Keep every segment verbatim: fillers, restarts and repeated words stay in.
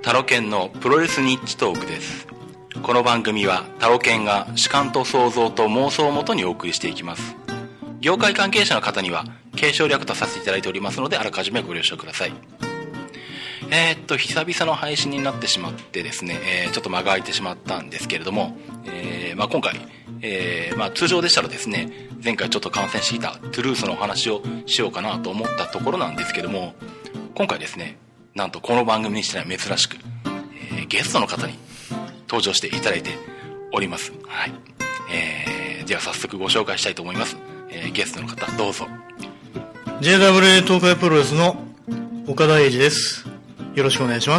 タロケンのプロレスニッチトークです。この番組はタロケンが主観と想像と妄想をもとにお送りしていきます。業界関係者の方には継承略とさせていただいておりますので、あらかじめご了承ください。えー、っと久々の配信になってしまってですね、えー、ちょっと間が空いてしまったんですけれども、えーまあ、今回、えーまあ、通常でしたらですね、前回ちょっと観戦していたトゥルースのお話をしようかなと思ったところなんですけども、今回ですね、なんとこの番組にしては珍しく、えー、ゲストの方に登場していただいております。はい。えー、では早速ご紹介したいと思います。えー、ゲストの方どうぞ。 ジェイダブリュー 東海プロレスの岡田英二です。よろしくお願いします。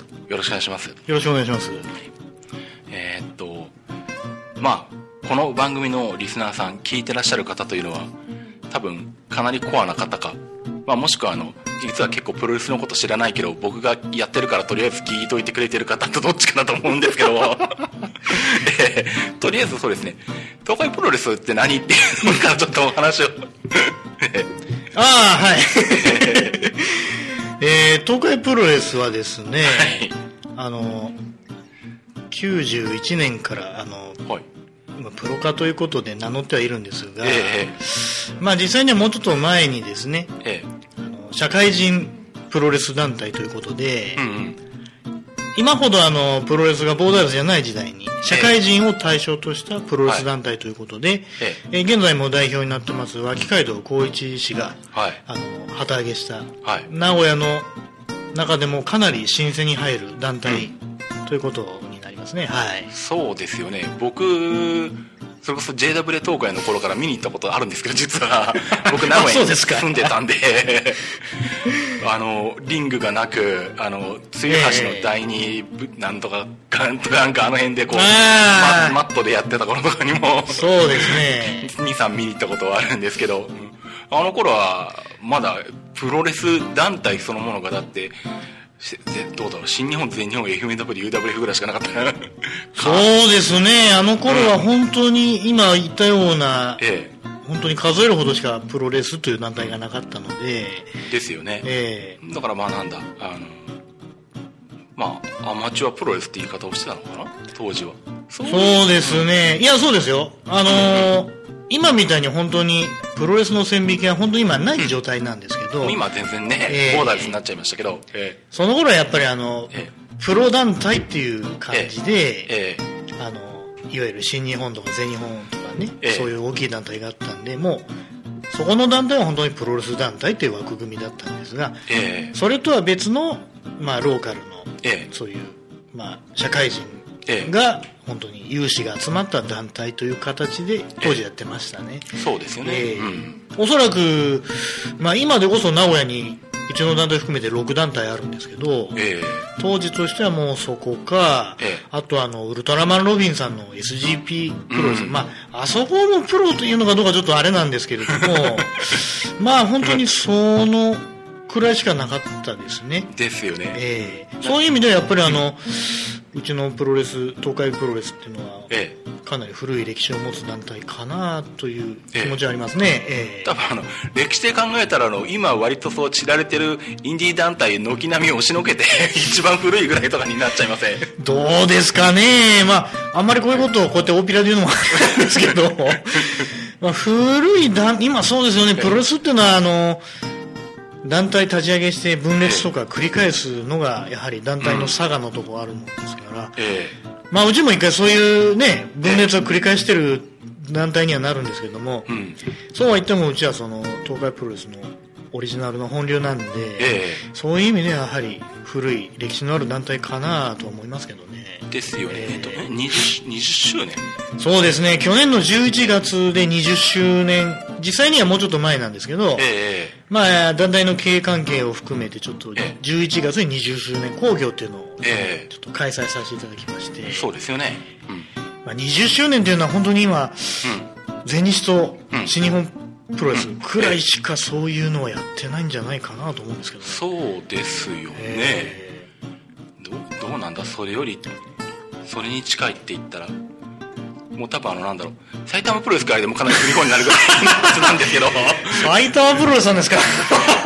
よろしくお願いします。 よろしくお願いします。 えー、っとまあこの番組のリスナーさん、聞いてらっしゃる方というのは多分かなりコアな方か、まあ、もしくはあの実は結構プロレスのこと知らないけど僕がやってるからとりあえず聞いといてくれてる方とどっちかなと思うんですけど、えー、とりあえずそうですね、東海プロレスって何っていうのからちょっとお話をああはいえー、東海プロレスはですね、はい、あのきゅうじゅういちねんからあの、はい、プロ化ということで名乗ってはいるんですが、えー、まあ実際にはもうちょっと前にですね、えー、あの社会人プロレス団体ということで、うんうん、今ほどあのプロレスがボーダーレスじゃない時代に社会人を対象としたプロレス団体ということで、えーえー、現在も代表になってます脇街道光一氏が、はい、あの旗揚げした、はい、名古屋の中でもかなり老舗に入る団体、うん、ということになりますね。はい、そうですよね。僕それこそ ジェイダブリュー 東海の頃から見に行ったことあるんですけど、実は僕名古屋に住んでたんであのリングがなく、あの露橋の第二なんとかなんとかなんかあの辺でこうマ, マットでやってた頃とかにもそうですねに、さん見に行ったことはあるんですけど、あの頃はまだプロレス団体そのものがだってどうだろう、新日本、全日本、エフエムダブリュー、ユーダブリューエフ ぐらいしかなかったそうですね、あの頃は本当に今言ったような、うん、ええ、本当に数えるほどしかプロレスという団体がなかったのでですよね、 ええ、だからまあなんだ、あのまあアマチュアプロレスって言い方をしてたのかな当時は。 そうですね、うん、いやそうですよ、あのーうん今みたいに本当にプロレスの線引きは本当に今ない状態なんですけど、 うん、今全然ね、えー、ボーダーレスになっちゃいましたけど、えー、 その頃はやっぱりあの、えー、プロ団体っていう感じで、えー、あのいわゆる新日本とか全日本とかね、えー、そういう大きい団体があったんで、もうそこの団体は本当にプロレス団体という枠組みだったんですが、えー、それとは別の、まあ、ローカルの、えー、そういう、まあ、社会人が本当に有志が集まった団体という形で当時やってましたね。 えー、そうですよね、えーうん、 おそらく、まあ、今でこそ名古屋にうちの団体含めてろく団体あるんですけど、えー、当時としてはもうそこか、えー、あとあのウルトラマンロビンさんの エスジーピー プロレス、うん、まあ、あそこのプロというのかどうかちょっとあれなんですけれどもまあ本当にそのくらいしかなかったですね。 ですよね、 えー、そういう意味ではやっぱりあのうちのプロレス、東海プロレスっていうのは、ええ、かなり古い歴史を持つ団体かなという気持ちはありますね。ええええ、 多分あの歴史で考えたらあの今割とそう知られてるインディー団体軒並み押しのけて一番古いぐらいとかになっちゃいません？ どうですかね。まああんまりこういうことをこうやって大っぴらで言うのもあるんですけどまあ古い団今そうですよね、プロレスっていうのはあの団体立ち上げして分裂とか繰り返すのがやはり団体の差がのところあるもんですから、ええ、まあうちも一回そういうね分裂を繰り返してる団体にはなるんですけども、うん、そうは言ってもうちはその東海プロレスのオリジナルの本流なんで、ええ、そういう意味ではやはり古い歴史のある団体かなと思いますけどね。 ですよね、えー、えっとね 20, 20周年そうですね、去年のじゅういちがつでにじゅっしゅうねん、実際にはもうちょっと前なんですけど、えー、まあ団体の経営関係を含めてちょっとじゅういちがつににじゅっしゅうねん興行っていうのをちょっと開催させていただきまして、えー、 そうですよね、うんまあ、にじゅっしゅうねんっていうのは本当に今、うん、全日と新日本プロレスくらいしかそういうのはやってないんじゃないかなと思うんですけどね。 そうですよね、えー、ど, どうなんだそれよりそれに近いって言ったらもう多分あのなんだろう埼玉プロレス界でもかなり振り子になるぐらいのはずなんですけど埼玉プロレスなんですか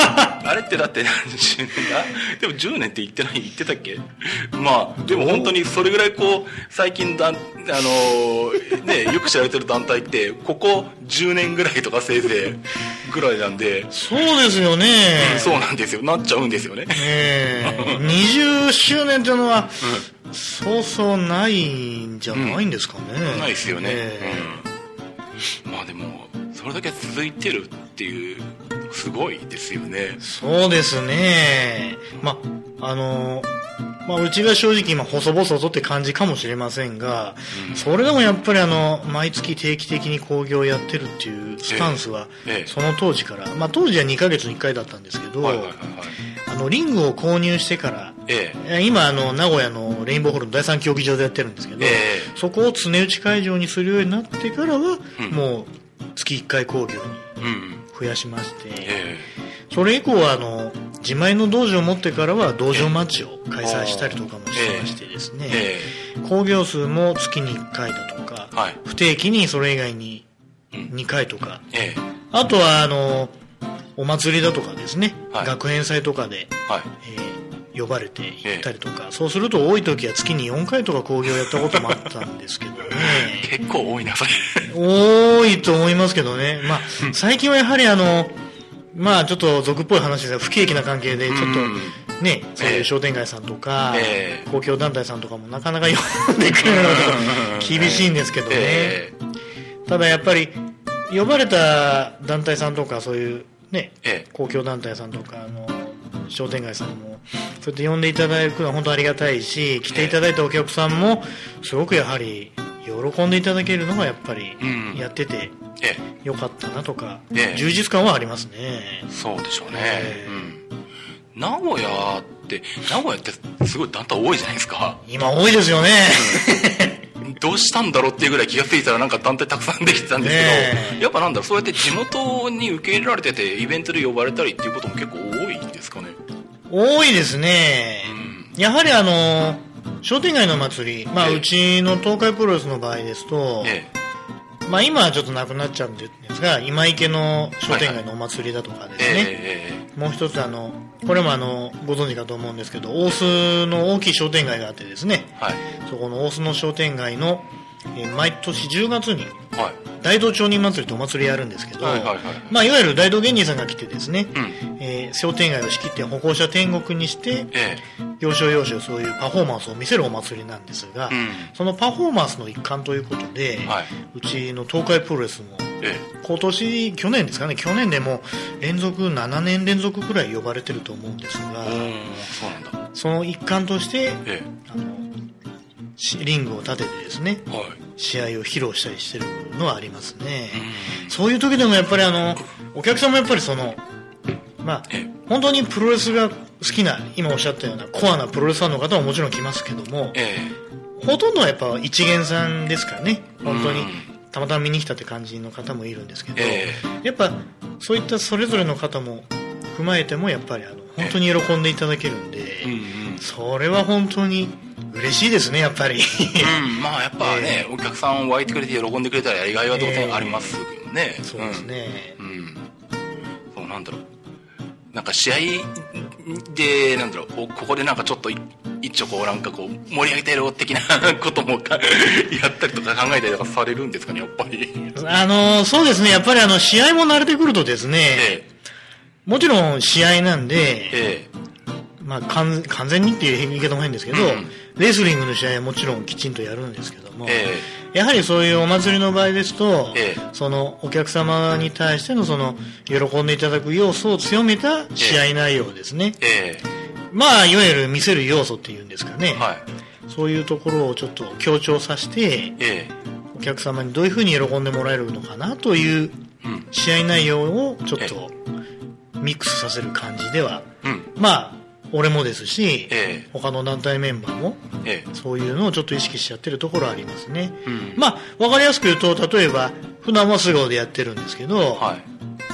あれってだって何十年だでもじゅうねんって言ってない言ってたっけ。まあでも本当にそれぐらいこう最近だあのー、ねよく知られてる団体ってここじゅうねんぐらいとかせいぜいぐらいなんで。 そうですよね、 うん、そうなんですよ、なっちゃうんですよね。 ええにじゅっしゅうねんっていうのは、うん、そうそうないんじゃないんですかね、 うん、ないですよね、えーうん、まあでもそれだけ続いてるっていうすごいですよね。 そうですね。まああのまあ、うちが正直今細々とって感じかもしれませんが、うん、それでもやっぱりあの毎月定期的に興行をやってるっていうスタンスは、えええ、その当時から、まあ、当時はにかげつにいっかいだったんですけど、はいはいはいはい、あのリングを購入してから、ええ、今あの名古屋のレインボーホールのだいさん競技場でやってるんですけど、ええ、そこを常打ち会場にするようになってからは、うん、もう月いっかい興行に増やしまして、うんええ、それ以降はあの自前の道場を持ってからは道場マッチを開催したりとかもしてましてですね、えー、興行数も月にいっかいだとか、はい、不定期にそれ以外ににかいとか、うんえー、あとはあのお祭りだとかですね、はい、学園祭とかで、はいえー、呼ばれて行ったりとか、えー、そうすると多い時は月によんかいとか興行やったこともあったんですけどね結構多いなそれ多いと思いますけどね、まあ、最近はやはりあのまあちょっと俗っぽい話ですが不景気な関係でちょっとね、うん、そういう商店街さんとか、えー、公共団体さんとかもなかなか呼んでくれるのが厳しいんですけどね、えー、ただやっぱり呼ばれた団体さんとかそういうね、えー、公共団体さんとかあの商店街さんもそうやって呼んでいただくのは本当ありがたいし、来ていただいたお客さんもすごくやはり喜んでいただけるのがやっぱりやっててよかったなとか、ええ、充実感はありますね。 そうでしょうね、えーうん、名古屋って名古屋ってすごい団体多いじゃないですか。 今多いですよね、 うん、どうしたんだろうっていうぐらい気がついたらなんか団体たくさんできてたんですけど、ね、やっぱなんだろう、そうやって地元に受け入れられててイベントで呼ばれたりっていうことも結構多いんですかね。 多いですね、うん、やはりあの商店街の祭り、まあ、ええ、うちの東海プロレスの場合ですと、ええ、まあ、今はちょっとなくなっちゃうんですが、今池の商店街のお祭りだとかですね、はいはいええ、もう一つあのこれもあのご存知かと思うんですけど、大須の大きい商店街があってですね、はい、そこの大須の商店街の、えー、毎年じゅうがつに、はい、大道町人祭りとお祭りやるんですけど、はいはいはいまあ、いわゆる大道芸人さんが来てですね、うんえー、商店街を仕切って歩行者天国にして、ええ、要所要所そういうパフォーマンスを見せるお祭りなんですが、うん、そのパフォーマンスの一環ということで、はい、うちの東海プロレスも、ええ、今年去年ですかね、去年でも連続ななねん連続くらい呼ばれてると思うんですが、 そうなんだ。 その一環として、ええ、あのリングを立ててですね、はい、試合を披露したりしてるのはありますね。うんそういう時でもやっぱりあのお客さんもやっぱりそのまあ本当にプロレスが好きな今おっしゃったようなコアなプロレスファンの方はもちろん来ますけども、ええ、ほとんどはやっぱ一元さんですからね、本当にたまたま見に来たって感じの方もいるんですけど、ええ、やっぱそういったそれぞれの方も踏まえてもやっぱりあの本当に喜んでいただけるんで、ええ、それは本当に嬉しいですねやっぱり、 うん、まあやっぱね、えー、お客さん湧いてくれて喜んでくれたらやりがいは当然ありますよね、 えー、そうですね、 うん、うん、そうなんだろう、なんか試合でなんだろう、ここでなんかちょっと一応こうなんかこう盛り上げてやろう的なこともやったりとか考えたりとかされるんですかね、やっぱり。 あのそうですね、やっぱりあの試合も慣れてくるとですね、えー、もちろん試合なんで、えーまあ、完, 完全にっていう言い方も変ですけど、うん、レスリングの試合はもちろんきちんとやるんですけども、えー、やはりそういうお祭りの場合ですと、えー、そのお客様に対してのその喜んでいただく要素を強めた試合内容ですね、えー、まあいわゆる見せる要素っていうんですかね、はい、そういうところをちょっと強調させて、えー、お客様にどういうふうに喜んでもらえるのかなという試合内容をちょっとミックスさせる感じでは、うん、まあ俺もですし、ええ、他の団体メンバーも、ええ、そういうのをちょっと意識しちゃってるところありますね、うん、まあ分かりやすく言うと、例えば普段は素顔でやってるんですけど、はい、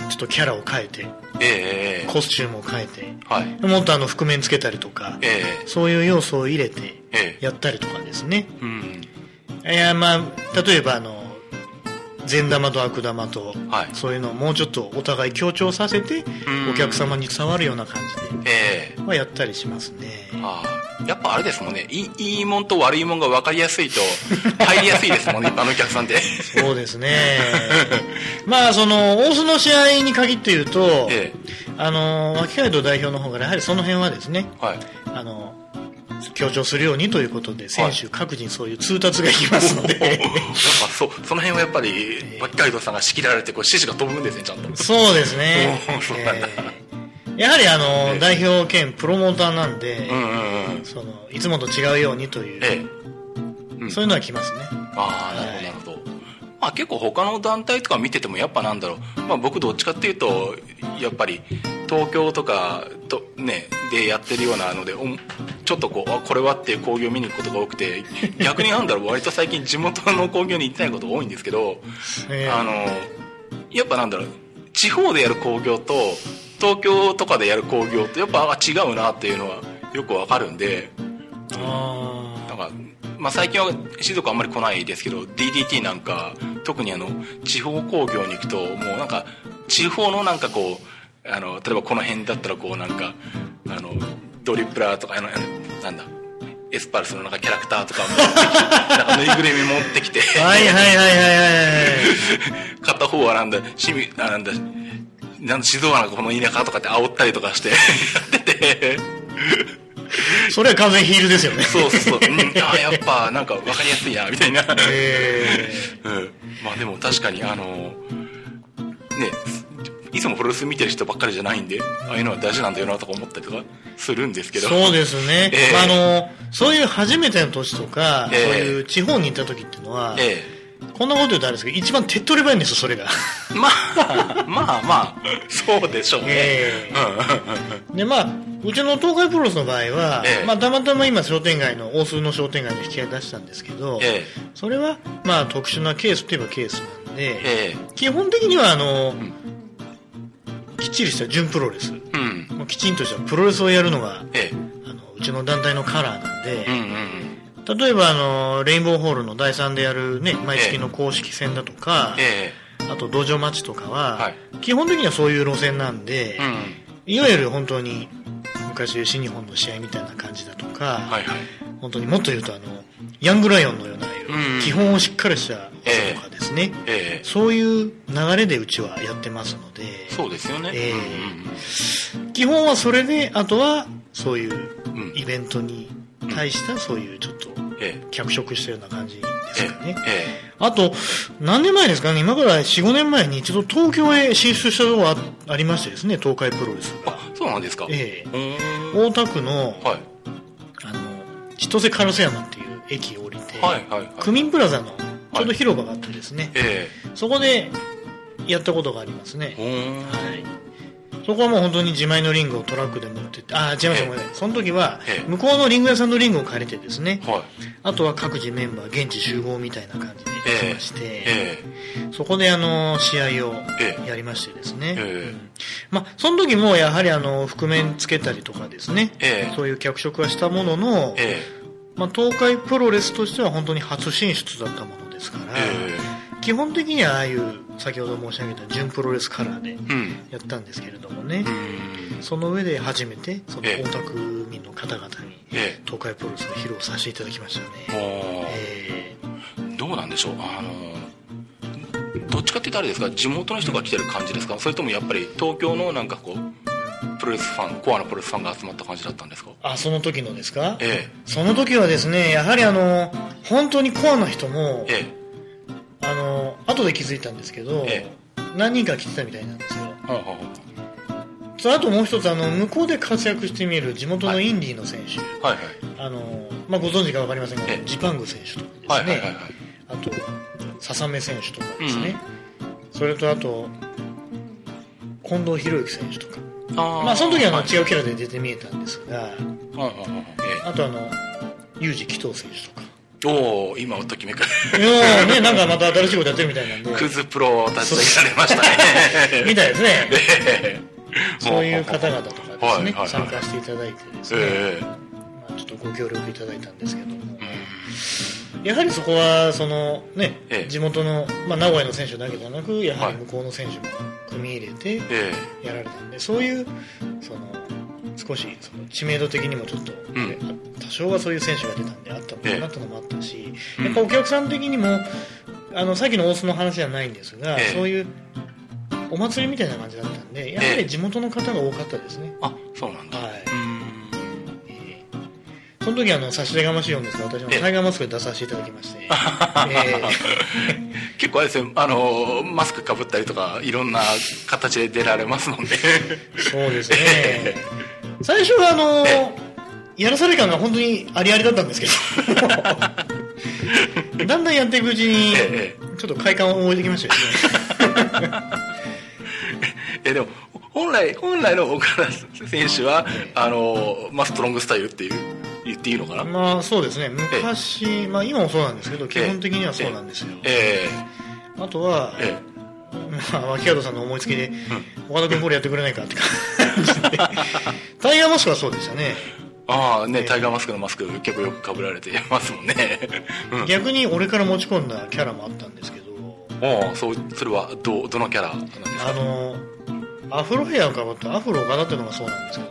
ちょっとキャラを変えて、ええ、コスチュームを変えて、はい、もっとあの覆面つけたりとか、ええ、そういう要素を入れてやったりとかですね、ええうん、いやまあ例えばあの善玉と悪玉と、はい、そういうのをもうちょっとお互い強調させてお客様に伝わるような感じで、えーまあ、やったりしますね。 あやっぱあれですもんね、いい、いいもんと悪いもんが分かりやすいと入りやすいですもんねあのお客さんってそうですねまあその大須の試合に限って言うと、えー、あの秋街道代表の方からやはりその辺はですね、はい、あの強調するようにということで選手各自にそういう通達がいきますので、はい、やっぱ そ, その辺はやっぱり秋街道さんが仕切られてこう指示が飛ぶんですねちゃんと。 そうですねそうなんだ、えー、やはりあの、えー、代表兼プロモーターなんで、うんうんうん、そのいつもと違うようにという、えーうん、そういうのは来ますね。 ああなるほどなるほど、まあ、結構他の団体とか見ててもやっぱなんだろう、まあ、僕どっちかっていうとやっぱり東京とかと、ね、でやってるようなのでちょっとこうあこれはっていう興行を見に行くことが多くて逆になんだろう割と最近地元の興行に行ってないことが多いんですけど、えー、あのやっぱなんだろう地方でやる興行と東京とかでやる興行ってやっぱ違うなっていうのはよくわかるんで、あなんかまあ、最近は静岡あんまり来ないですけど ディーディーティー なんか特にあの地方興行に行くともうなんか地方のなんかこうあの例えばこの辺だったらこうなんかあのドリプラーとかあのなんだエスパルスのなんかキャラクターとか持ってきてなんかぬいぐるみ持ってきてはいはいはいはいはい片方はなんだしみあなんだなんだ静岡なんかこの田舎とかって煽ったりとかしてやっててそれは完全ヒールですよね。 そうそうそう、うん、あやっぱなんか分かりやすいなみたいな、えーうん、まあでも確かにあのねいつもプロレス見てる人ばっかりじゃないんでああいうのは大事なんだよなとか思ったりとかするんですけど。 そうですね、えーまあ、あのそういう初めての年とか、えー、そういう地方に行った時っていうのは、えーこんなこと言うとあれですけど一番手っ取り早いんですよそれがまあまあまあそうでしょうね、えー、でまあうちの東海プロレスの場合は、えーまあ、たまたま今商店街の大須の商店街の引き合い出したんですけど、えー、それはまあ特殊なケースといえばケースなんで、えー、基本的にはあの、うん、きっちりした準プロレス、うん、きちんとしたプロレスをやるのが、えー、あのうちの団体のカラーなんで、うんうんうん、例えばあのレインボーホールのだいさんでやる、ね、毎月の公式戦だとか、えー、あと道場マッチとかは、はい、基本的にはそういう路線なんで、うん、いわゆる本当に昔新日本の試合みたいな感じだとか、はいはい、本当にもっと言うとあのヤングライオンのような基本をしっかりしたこととかですね、えーえー、そういう流れでうちはやってますので。 そうですよね、えーうんうん、基本はそれであとはそういうイベントに対したそういうちょっと脚色したような感じですかね、ええ、あと何年前ですかね今から よん,ご 年前に一度東京へ進出したところが あ, ありましてですね東海プロレスが。 あそうなんですか、 ええ、大田区の、はい、あの千歳カルセ山っていう駅を降りて、はいはいはい、区民プラザのちょうど広場があってですね、はいええ、そこでやったことがありますね、はい、そこはもう本当に自前のリングをトラックで持ってって、ああ違いましたごめんなさい、その時は向こうのリング屋さんのリングを借りてですね、はい、あとは各自メンバー現地集合みたいな感じで行きまして、えー、そこであの試合をやりましてですね、えーうんまあ、その時もやはりあの覆面つけたりとかですね、えー、そういう脚色はしたものの、えーまあ、東海プロレスとしては本当に初進出だったものですから、えー、基本的にはああいう先ほど申し上げた準プロレスカラーでやったんですけれどもね、うん、その上で初めてその大田区民の方々に東海プロレスを披露させていただきましたね、えー、どうなんでしょうあのどっちかって言ったらあれですか地元の人が来てる感じですかそれともやっぱり東京のなんかこうプロレスファンコアなプロレスファンが集まった感じだったんですかあその時のですか、ええ、その時はですねやはりあの本当にコアな人も、ええあの後で気づいたんですけど、ええ、何人か来てたみたいなんですよ、はあはあ、それあともう一つあの向こうで活躍してみる地元のインディーの選手、はいはいはいあのまあ、ご存知か分かりませんが、ええ、ジパング選手とかですね、はいはいはいはい、あと笹目選手とかですね、うん、それとあと近藤博之選手とかあ、まあ、その時はあの、はい、違うキャラで出て見えたんですが、はいはいはいええ、あとあのユージ紀藤選手とかおお今をときめくいやねなんかまた新しいことやってるみたいなんでクズプロ立ち上げられましたねみたいですね、えー、そういう方々とかですね、はいはいはい、参加していただいてですね、えーまあ、ちょっとご協力いただいたんですけども、 やはりそこはその、ねええ、 地元の、まあ、名古屋の選手だけではなくやはり向こうの選手も組み入れてやられたんで、そういうその少しその知名度的にもちょっと、うん、多少はそういう選手が出たんであったのかなというのもあったし、ええ、やっぱお客さん的にもあのさっきの大須の話じゃないんですが、ええ、そういうお祭りみたいな感じだったんでやはり地元の方が多かったですね。 あ、そうなんだ。はい。 その時あの差し出がましいようんですが私もタイガーマスクで出させていただきまして、えー、 結構あれですね、あのマスクかぶったりとかいろんな形で出られますもんね。 そうですね。最初はあのやらされ感が本当にありありだったんですけどだんだんやっていくうちにちょっと快感を覚えてきましたよね。 えでも本来本来の岡田選手は、えー、あのまあ、ストロングスタイルっていう言っていいのかな。 まあそうですね。昔、えー、まあ今もそうなんですけど基本的にはそうなんですよ。えー、あとは、えー、まあ脇門さんの思いつきで、うん、岡田君これやってくれないかって感じでタイガーマスクはそうでしたね。 ああね、えー、タイガーマスクのマスク結構よく被られてますもんね。 うん、逆に俺から持ち込んだキャラもあったんですけど。 ああ、そうそれはどどのキャラなんですか。 あのアフロヘアをかぶったアフロ岡田っていうのがそうなんですけど。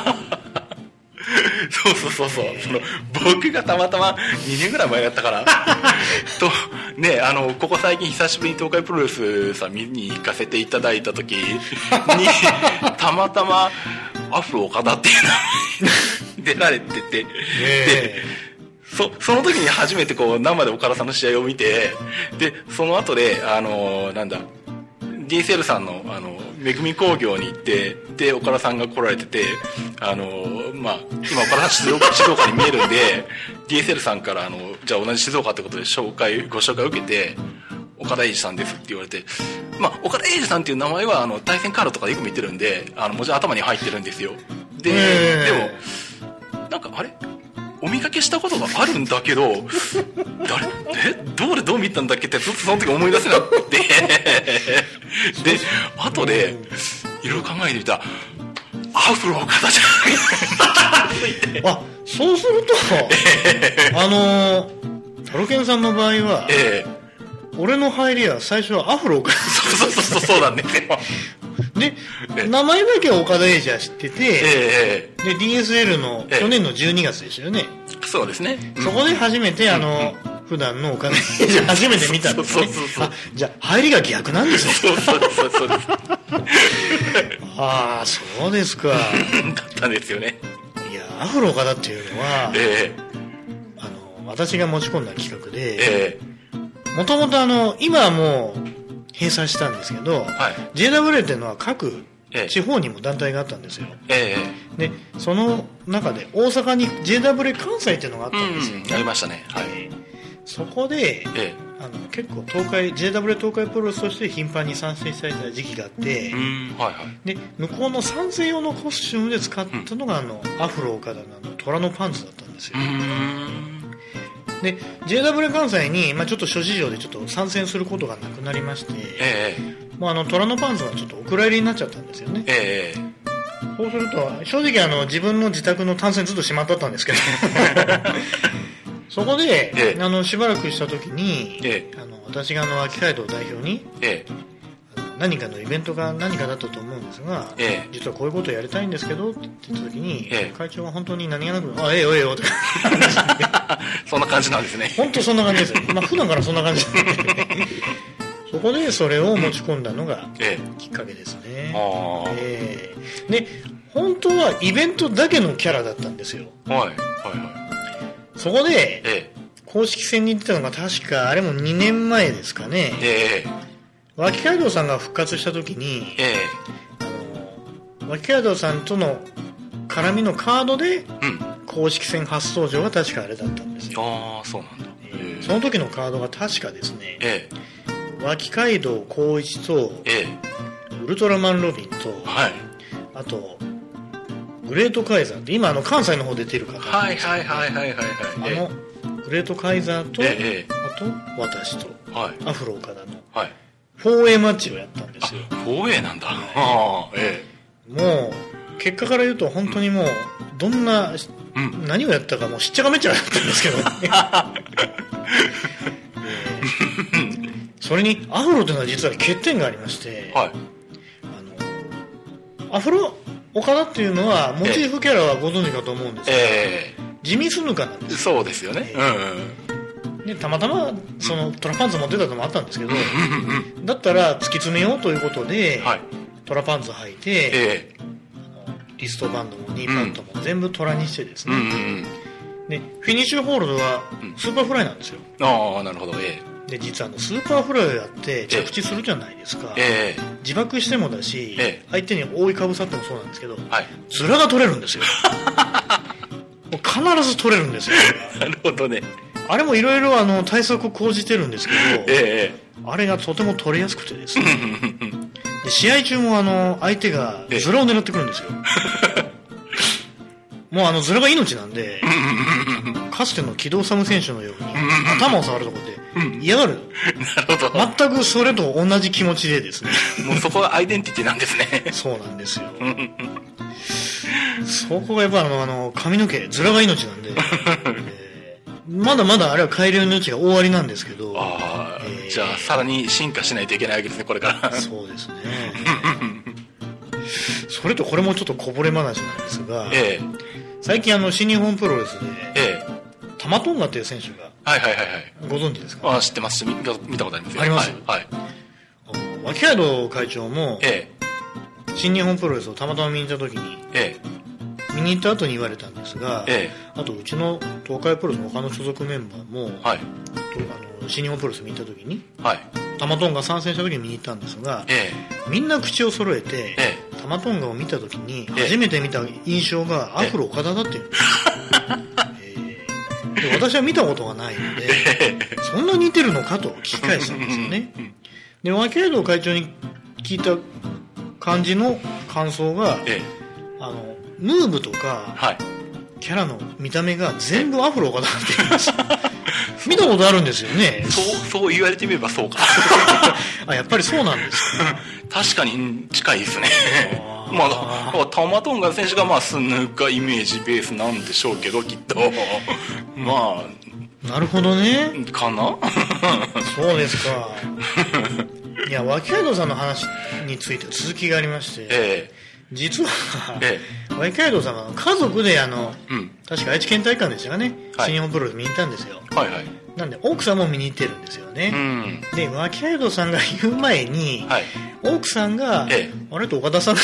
そうそうそうそう、その僕がたまたまにねんぐらい前だったからとね、あのここ最近久しぶりに東海プロレスさん見に行かせていただいた時にたまたまアフロ岡田っていう名前出られてて、でそ, その時に初めてこう生で岡田さんの試合を見て、でその後であのなんだ ディーエスエル さんのあのめぐみ工業に行って、で岡田さんが来られてて、あのまあ今岡田さん静岡、静岡に見えるんでディーエスエル さんからあのじゃあ同じ静岡ってことで紹介ご紹介を受けて、岡田英二さんですって言われて、まあ岡田英二さんっていう名前はあの対戦カードとかでよく見てるんで、あのもちろん頭に入ってるんですよ。ででもなんかあれお見かけしたことがあるんだけど誰えどうでどう見たんだっけってずっとその時思い出せなくてで後でいろいろ考えてみたらアフロ岡田じゃないあ、そうすると、えー、あのタロケンさんの場合は、えー、俺の入りは最初はアフロ岡田そうそうそうそうなんですよで、名前だけは岡田英二は知ってて、えー、で ディーエスエル の去年のじゅうにがつでしたよね。 そうですね。 そこで初めてあの、うん、普段の岡田英二初めて見たんですね。そうそうそうそう。あ、じゃあ入りが逆なんですね。そうそうそうそうです。 ああ、そうですか。だったんですよね。 いや、アフロ岡田っていうのは、えー、あの私が持ち込んだ企画で、もともとあの今はもう閉鎖したんですけど、はい、ジェイダブリュー っていうのは各地方にも団体があったんですよ、ええ、でその中で大阪に ジェイダブリュー 関西っていうのがあったんですよ、ね、 うん、ありましたね、はい、 そこで、ええ、あの結構東海 ジェイダブリュー 東海プロレスとして頻繁に参戦していた時期があって、うんはいはい、で向こうの参戦用のコスチュームで使ったのが、うん、あのアフロ岡田のあの虎のパンツだったんですよ。うんで ジェイダブリュー 関西に、まあ、ちょっと諸事情でちょっと参戦することがなくなりまして、ええまあ、あの虎のパンツがちょっとお蔵入りになっちゃったんですよね、ええ、そうすると正直あの自分の自宅のタンスにずっとしまってあったんですけどそこで、ええ、あのしばらくした時に、ええ、あの私があの秋街道代表に、ええ何かのイベントが何かだったと思うんですが、ええ、実はこういうことをやりたいんですけどって言った時に、ええ、会長は本当に何気なくあ、ええよええよってそんな感じなんですね。 本当そんな感じですよ。まあ普段からそんな感じなんでそこでそれを持ち込んだのがきっかけですね、えええー、で本当はイベントだけのキャラだったんですよ。はいはいはい。そこで、ええ、公式戦に出たのが確かあれもにねんまえですかね、ええ脇街道さんが復活した時に、ええ、あの脇街道さんとの絡みのカードで、うん、公式戦初登場が確かあれだったんですよ。 ああそうなんだ、 えー、その時のカードが確かですね、ええ、脇街道光一と、ええ、ウルトラマンロビンと、はい、あとグレートカイザーって今あの関西の方で出てる方はいはいはいはいはいはい、 あのグレートカイザーと、ええ、あと私と、はい、アフロ岡田の、はい、フォーエー マッチをやったんですよ。 フォーエー なんだ、はい、あ、ええ、もう結果から言うと本当にもうどんなうん、何をやったかもうしっちゃかめっちゃかだったんですけどね、えー、それにアフロというのは実は欠点がありまして、はい、あのアフロ岡田っていうのはモチーフキャラはご存知かと思うんですが、えー、地味すぬかなんです。 そうですよね、えーうんうん、でたまたまそのトラパンツ持ってたのもあったんですけど、だったら突き詰めようということで、はい、トラパンツ履いて、えー、あのリストバンドもニーパッドも全部トラにしてですね、うんうんうん、でフィニッシュホールドはスーパーフライなんですよ、 うん、ああなるほど、えーで実はあのスーパーフライをやって着地するじゃないですか、ええ、自爆してもだし、ええ、相手に覆いかぶさってもそうなんですけど、はい、ズラが取れるんですよもう必ず取れるんですよなるほどね。 あれもいろいろ対策を講じてるんですけど、ええ、あれがとても取れやすくてですねで試合中もあの相手がズラを狙ってくるんですよ、ええ、もうあのズラが命なんでかつての木戸治選手のように頭を触るところで嫌がる、うん、なるほど。全くそれと同じ気持ちでですねもうそこがアイデンティティなんですねそうなんですよそこがやっぱあのあの髪の毛ズラが命なんで、えー、まだまだあれは改良の余地が大ありなんですけど、 あ、えー、じゃあさらに進化しないといけないわけですねこれからそうですねそれとこれもちょっとこぼれ話なんですが、えー、最近あの新日本プロレスで、えータマトンガという選手が、はいはいはいはい、ご存知ですか？ あ、知ってます。見, 見たことありますよ。 あります。 はい。 ワキハイド会長も、ええ、新日本プロレスをたまたま見に行った時に、ええ、見に行った後に言われたんですが、ええ、あとうちの東海プロレスの他の所属メンバーも、はい、あの新日本プロレス見に行った時に、はい、タマトンガ参戦した時に見に行ったんですが、ええ、みんな口を揃えて、ええ、タマトンガを見た時に初めて見た印象がアフロ岡田だっていうんですよ。で私は見たことがないのでそんな似てるのかと聞き返したんですよね。でワキハイド会長に聞いた感じの感想が、ええ、あのムーブとか、はい、キャラの見た目が全部アフロかなって言います見たことあるんですよね。 そうそう言われてみればそうかあやっぱりそうなんですか確かに近いですねまあタマトンガ選手がまあスヌカイメージベースなんでしょうけどきっとまあなるほどねかなそうですかいやワキハイドさんの話について続きがありまして、ええ、実は、ええ、ワキハイドさんは家族であの、うん、確か愛知県体育館でしたかね、はい、新日本プロレス見に行ったんですよ、はいはい、なんで奥さんも見に行ってるんですよね、うん、でワキハイドさんが言う前に、はい、奥さんが、ええ、あれと岡田さん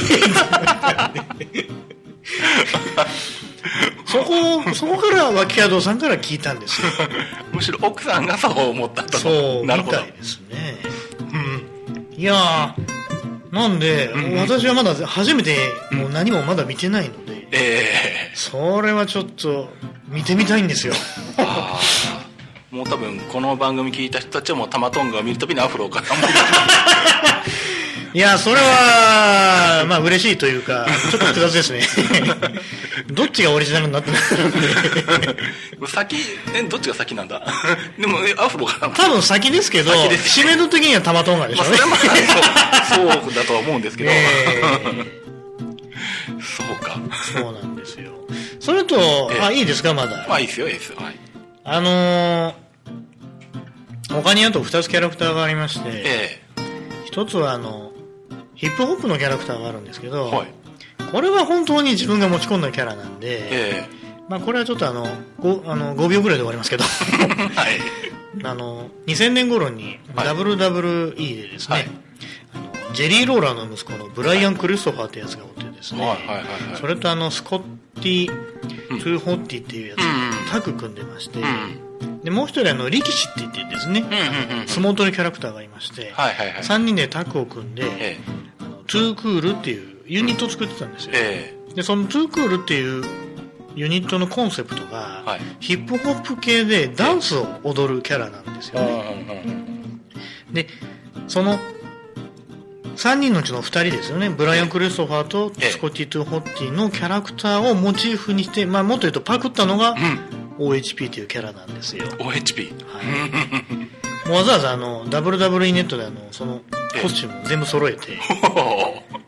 そこそこからワキハイドさんから聞いたんですよむしろ奥さんがそう思ったと。 そうなるほどみたいですね、うん、いやーなんで、うん、私はまだ初めてもう何もまだ見てないので、えー、それはちょっと見てみたいんですよあもう多分この番組聞いた人たちはもうタマトンガを見るたびにアフロかないやそれはまあ嬉しいというかちょっと複雑ですねどっちがオリジナルになってるんで先えどっちが先なんだでもアフロかな多分先ですけど締めの時にはタマトンガでしょうね、まあ、それはそうそうだとは思うんですけど、えー、そうかそうなんですよ。それと、えー、あいいですかまだまあいいですよいいですよ、はい、 あのー、他にあとふたつキャラクターがありまして、えー、ひとつはあのヒップホップのキャラクターがあるんですけど、はい、これは本当に自分が持ち込んだキャラなんで、えーまあ、これはちょっとあの 5, あのごびょうぐらいで終わりますけど、はい、あのにせんねん頃に ダブリューダブリューイー でですね、はい、あのジェリー・ローラーの息子のブライアン・クリストファーってやつがおってですね、はいはいはいはい、それとあのスコッティ・トゥーホッティっていうやつがタッグ組んでまして、うん、でもう一人あの力士って言ってですね、うんうんうん、相撲取りキャラクターがいまして、はいはいはい、さんにんでタッグを組んで、えートゥークールっていうユニットを作ってたんですよ、えー、でそのトゥークールっていうユニットのコンセプトが、はい、ヒップホップ系でダンスを踊るキャラなんですよね、えー、でそのさんにんのうちのふたりですよねブライアン・クリストファーとスコッティ・トゥーホッティのキャラクターをモチーフにして、まあ、もっと言うとパクったのが、うん、オーエイチピー というキャラなんですよオーエイチピー、 はいもうわざわざあの ダブリューダブリューイー ネットであのそのコスチュームを全部揃えて、え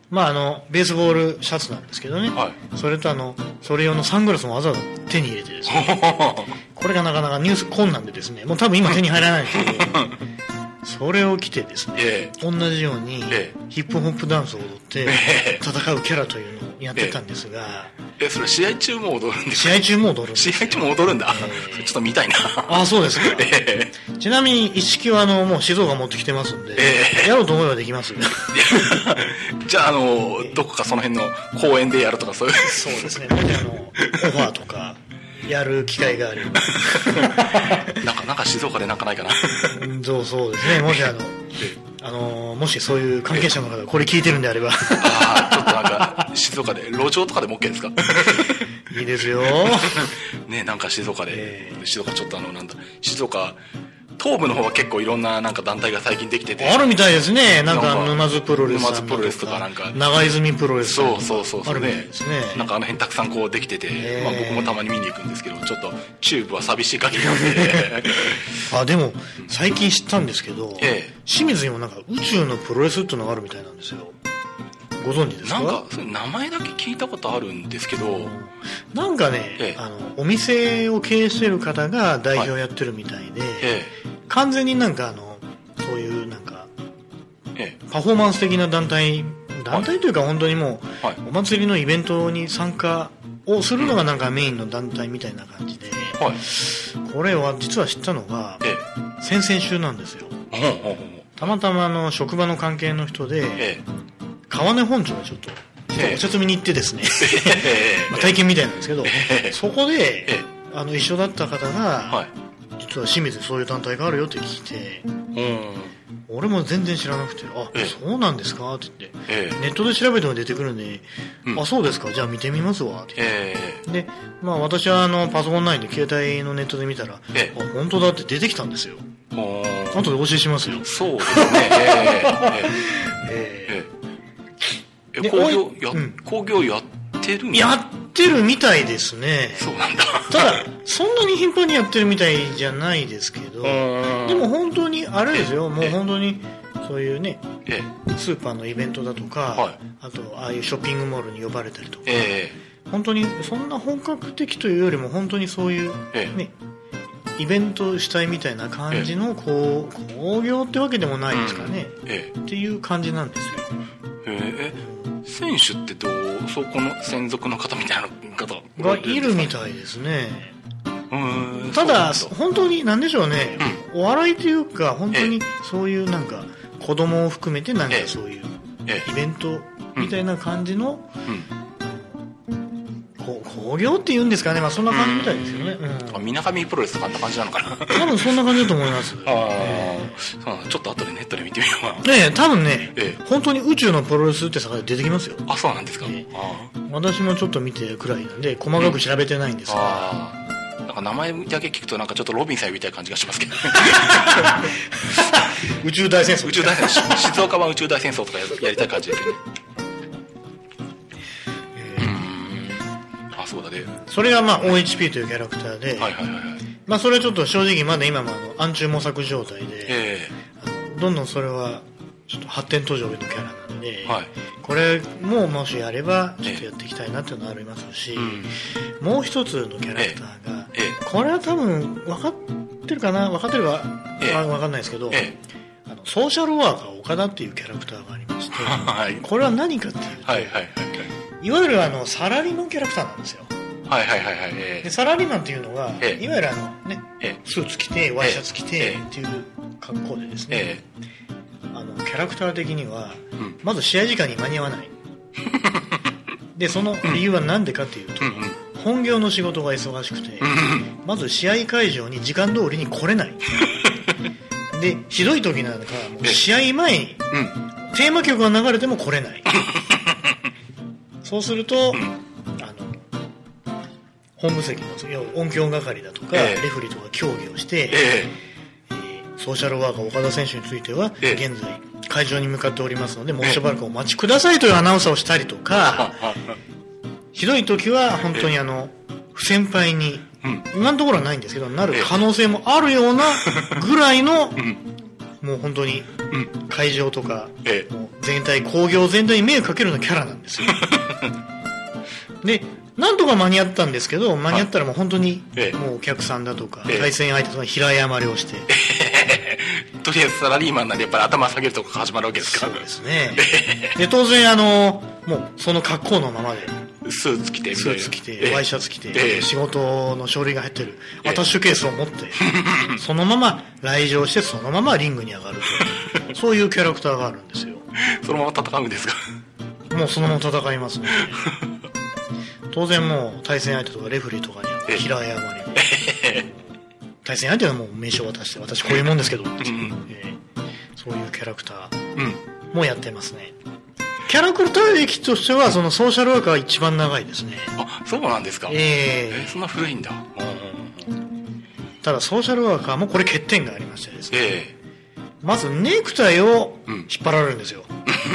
まああのベースボールシャツなんですけどね、はい、それとあのそれ用のサングラスもわざわざ手に入れてですねこれがなかなかニュース困難でですね、もう多分今手に入らないんですけどそれを着てですね、えー、同じようにヒップホップダンスを踊って戦うキャラというのをやってたんですが、 えー、えそれ試合中も踊るんですか？ 試合中も踊るんです試合中も踊るんだ、えー、ちょっと見たいなあそうですか、えー、ちなみに一式はあのもう静岡持ってきてますんで、えー、やろうと思えばできますじゃああの、えー、どこかその辺の公園でやるとかそういうそうですね、もしあのオファーとかやる機会がありなんかなんか静岡でなんかないかなそうそうですね、もしあのあのもしそういう関係者の方がこれ聞いてるんであればああちょっとなんか静岡で路上とかでも OK ですか？ いいですよね、なんか静岡で、えー、静岡ちょっとあのなんだ静岡東部の方は結構いろんななんか団体が最近できててあるみたいですね、なんか沼津プロレス沼津プロレスとかなんか長泉プロレスとかそうそうそうそう、ね、 あるみたいですね、 なんかあの辺たくさんこうできてて、えーまあ、僕もたまに見に行くんですけどちょっとチューブは寂しい限りなんであでも最近知ったんですけど、えー、清水にもなんか宇宙のプロレスっていうのがあるみたいなんですよ。ご存知ですか？ なんか名前だけ聞いたことあるんですけど、 なんかね、ええ、あのお店を経営してる方が代表やってるみたいで、はいええ、完全になんかあのそういうなんか、ええ、パフォーマンス的な団体団体というか本当にもう、はい、お祭りのイベントに参加をするのがなんかメインの団体みたいな感じで、はい、これは実は知ったのが、ええ、先々週なんですよ。たまたまあの職場の関係の人で、ええ川根本町にちょっとお茶摘みに行ってですね、まあ体験みたいなんですけど、そこであの一緒だった方が実は清水にそういう団体があるよって聞いて、俺も全然知らなくて、あそうなんですかって言ってネットで調べても出てくるんで、あそうですかじゃあ見てみますわって言って、でまあ私はあのパソコン内で携帯のネットで見たら、あ本当だって出てきたんですよ。後でお教えしますよ。 そうですね。えーえ工業や、うん、工業やってるんやってるみたいですね。 そうなんだ。 ただそんなに頻繁にやってるみたいじゃないですけど、でも本当にあれですよ、もう本当にそういうね、スーパーのイベントだとか、はい、あとああいうショッピングモールに呼ばれたりとか、えー、本当にそんな本格的というよりも本当にそういうね、イベント主体みたいな感じのこう工業ってわけでもないですかね、うんえー、っていう感じなんですよ。 へー選手ってどうそこの専属の方みたいな方がいるみたいですね。うんただ本当に何でしょうね、うん、お笑いというか本当にそういうなんか子供を含めてなんかそういうイベントみたいな感じの、うんうん、興行っていうんですかね、まあそんな感じみたいですよね。 うん、みなかみプロレスとかあんな感じなのかな。 多分そんな感じだと思います。ああ、そうなんだ。ちょっと後でネットで見てみようかな。ねえ、多分ね、ええ、本当に宇宙のプロレスって坂で出てきますよ。 あ、そうなんですか。ええ、 あ私もちょっと見てるくらいなんで細かく調べてないんですが、うん、 あなんか名前だけ聞くとなんかちょっとロビンさんみたいな感じがしますけど。 宇宙大戦争。 宇宙大戦争。静岡版宇宙大戦争とか や, やりたい感じですよね。そうだね、 それがまあ オーエイチピー というキャラクターで、はいはいはいはい、まあそれはちょっと正直まだ今もあの暗中模索状態で、えー、あのどんどんそれはちょっと発展途上のキャラなんで、はい、これももしやればちょっとやっていきたいなっていうのがありますし、えー、もう一つのキャラクターが、えー、これは多分分かってるかな分かってるか、えー、分かんないですけど、えー、あのソーシャルワーカー岡田っていうキャラクターがありまして、はい、これは何かっていうと、はいはいはいはいいわゆるあのサラリーマンキャラクターなんですよ。 はいはいはいはい、えー、 でサラリーマンっていうのは、えー、いわゆるあのね、えー、スーツ着てワイシャツ着て、えー、っていう格好でですね、えー、あのキャラクター的には、うん、まず試合時間に間に合わないでその理由は何でかっていうと、うんうん、本業の仕事が忙しくて、うん、まず試合会場に時間通りに来れないでひどい時なんかもう試合前に、うん、テーマ曲が流れても来れないそうすると、うん、あの本部席の音響係だとか、えー、レフリーとか協議をして、えーえー、ソーシャルワーカー岡田選手については、えー、現在会場に向かっておりますのでもうしばらくお待ちくださいというアナウンサーをしたりとか、えー、ひどい時は本当にあの不先輩に、うん、今のところはないんですけどなる可能性もあるようなぐらいの、うん、 もう本当に会場とか、ええ、もう全体興行全体に迷惑かけるようなキャラなんですよでなんとか間に合ったんですけど、間に合ったらもう本当にもうお客さんだとか、ええ、対戦相手とか平謝りをして、 ええ、とりあえずサラリーマンなんでやっぱり頭下げるとこから始まるわけですか。 そうですねで当然あのもうその格好のままでスーツ着てスーツ着て、ワイシャツ着て、ええ、仕事の書類が入ってるアタッシュケースを持って、え、そのまま来場してそのままリングに上がるとそういうキャラクターがあるんですよ。 そのまま戦うんですか。 もうそのまま戦いますね当然もう対戦相手とかレフェリーとかには平謝りで対戦相手はもう名刺を渡して私こういうもんですけど、うんえー、そういうキャラクターもやってますね。キャラクター歴としてはそのソーシャルワーカーが一番長いですね。 あ、そうなんですか。 えー、 えー、そんな古いんだ。 ただソーシャルワーカーもこれ欠点がありましてですね、 えー、まずネクタイを引っ張られるんですよ、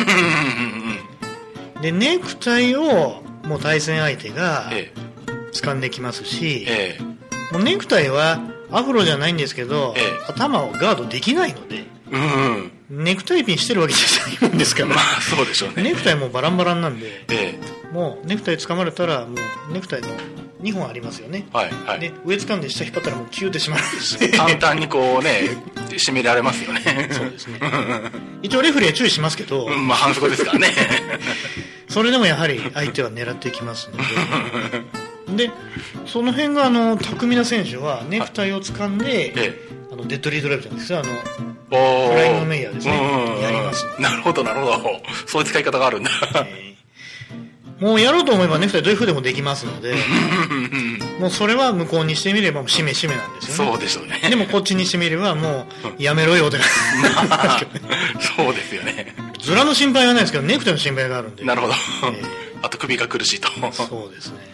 うん、でネクタイをもう対戦相手が掴んできますし、ええ、もうネクタイはアフロじゃないんですけど、ええ、頭をガードできないので、うんうん、ネクタイピンしてるわけじゃないもんですから、 まあそうでしょうね。 ネクタイもバランバランなんで、ええ、もうネクタイ掴まれたらもうネクタイのにほんありますよね、はいはい、で上掴んで下引っ張ったらもうキューってしまうんですね。 簡単にこうね締められますよね。 そうですね一応レフェリーは注意しますけど、 うん、まあ反則ですからねそれでもやはり相手は狙ってきますのででその辺があの巧みな選手はネクタイを掴んで、ええ、あのデッドリードライブじゃないですか、あのフライングメイヤーですね、やります。 なるほどなるほど、そういう使い方があるんだ、 えー、もうやろうと思えばネクタイどういう風でもできますのでもうそれは向こうにしてみれば締め締めなんですよね。 そうでしょうね。 でもこっちにしてみればもうやめろよってそうですよね。 ズラの心配はないですけどネクタイの心配があるんで。 なるほど、えー、あと首が苦しいと。 そうですね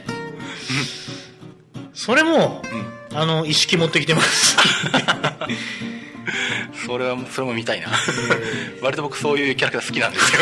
それも、うん、あの意識持ってきてますそれはそれも見たいな、えー、割と僕そういうキャラクター好きなんですよ、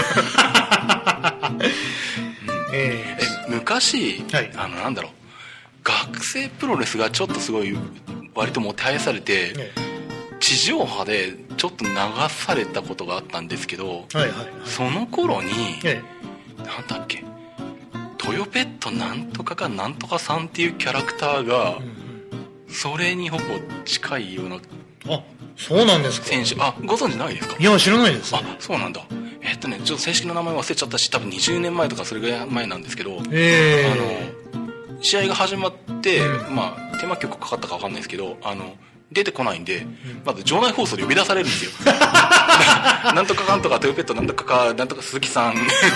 うんえー、え昔、はい、あのなんだろう学生プロレスがちょっとすごい割ともてはやされて、えー、地上波でちょっと流されたことがあったんですけど、はいはいはい、その頃に、えー、なんだっけトヨペットなんとかかなんとかさんっていうキャラクターが、うんうん、それにほぼ近いようなあそうなんですか選手あご存知ないですか。 いや知らないです、ね、 あそうなんだ。えっとねちょっと正式な名前忘れちゃったし多分にじゅうねんまえとかそれぐらい前なんですけど、 えー、 あの試合が始まって、うん、まあテーマ曲かかったか分かんないですけどあの出てこないんで、うん、まず場内放送で呼び出されるんですよなんとかかんとかトヨペットなんとかかなんとか鈴木さん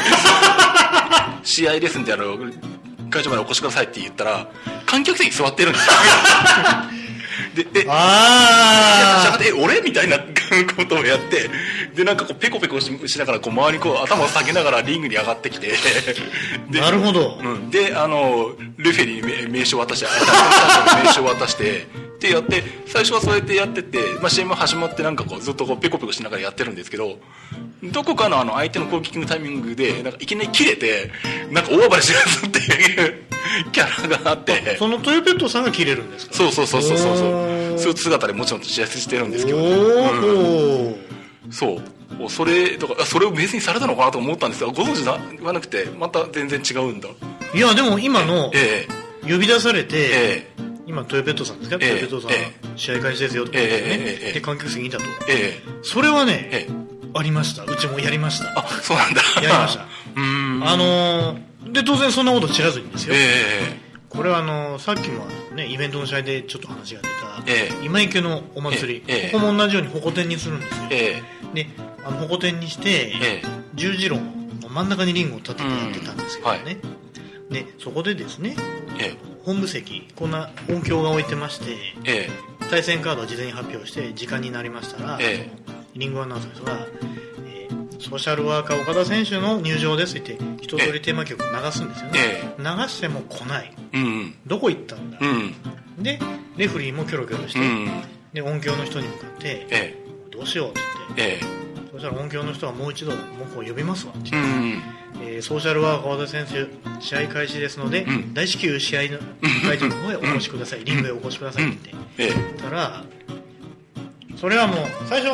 試合ですんであの会場までお越しくださいって言ったら観客席座ってるんですよでえあえ俺みたいなことをやってでなんかこうペコペコ し, しながらこう周りにこう頭を下げながらリングに上がってきてでなるほど、 うん、であのレフェリーに名刺を渡して名刺を渡してってやって最初はそうやってやってて、まあ、シーエム 始まってなんかこうずっとこうペコペコしながらやってるんですけどどこかのあの相手の攻撃のタイミングでなんかいきなり切れてなんか大暴れしますっていうキャラがあってそのトヨペットさんが切れるんですか。 そうそうそうそうそうスーツ姿でもちろん試合してるんですけど、ねうん、そうそれとかそれをベースにされたのかなと思ったんですがご存知はなくてまた全然違うんだ。 いやでも今の呼び出されて、ええ今トヨペットさんですか、ええ、トヨペットさん、ええ、試合開始ですよって言ってね、ええ、で観客席にいたと、ええ、それはね、ええ、ありました。うちもやりました。 あ、そうなんだ。 やりましたうーんあのー、で当然そんなこと知らずにですよ、ええ、これはあのー、さっきもねイベントの試合でちょっと話が出た、ええ、今池のお祭り、ええ、ここも同じようにホコ天にするんですよ、ええ、であのホコ天にして、ええ、十字路の真ん中にリングを立ててやってたんですけどね、はい、でそこでですね、ええ本部席こんな音響が置いてまして、ええ、対戦カードを事前に発表して時間になりましたら、ええ、リングアナウンサーが、えー、ソーシャルワーカー岡田選手の入場ですって言って一通りテーマ曲を流すんですよね、ええ、流しても来ない、うんうん、どこ行ったんだ、うん、でレフリーもキョロキョロして、うん、で音響の人に向かって、ええ、どうしようって言って、ええそしたら音響の人はもう一度もう呼びますわって言って、うんえー、ソーシャルワーカー和田選手試合開始ですので、うん、大至急試合の会場の方へお越しください、うん、リングへお越しくださいって言って、うん、たらそれはもう最初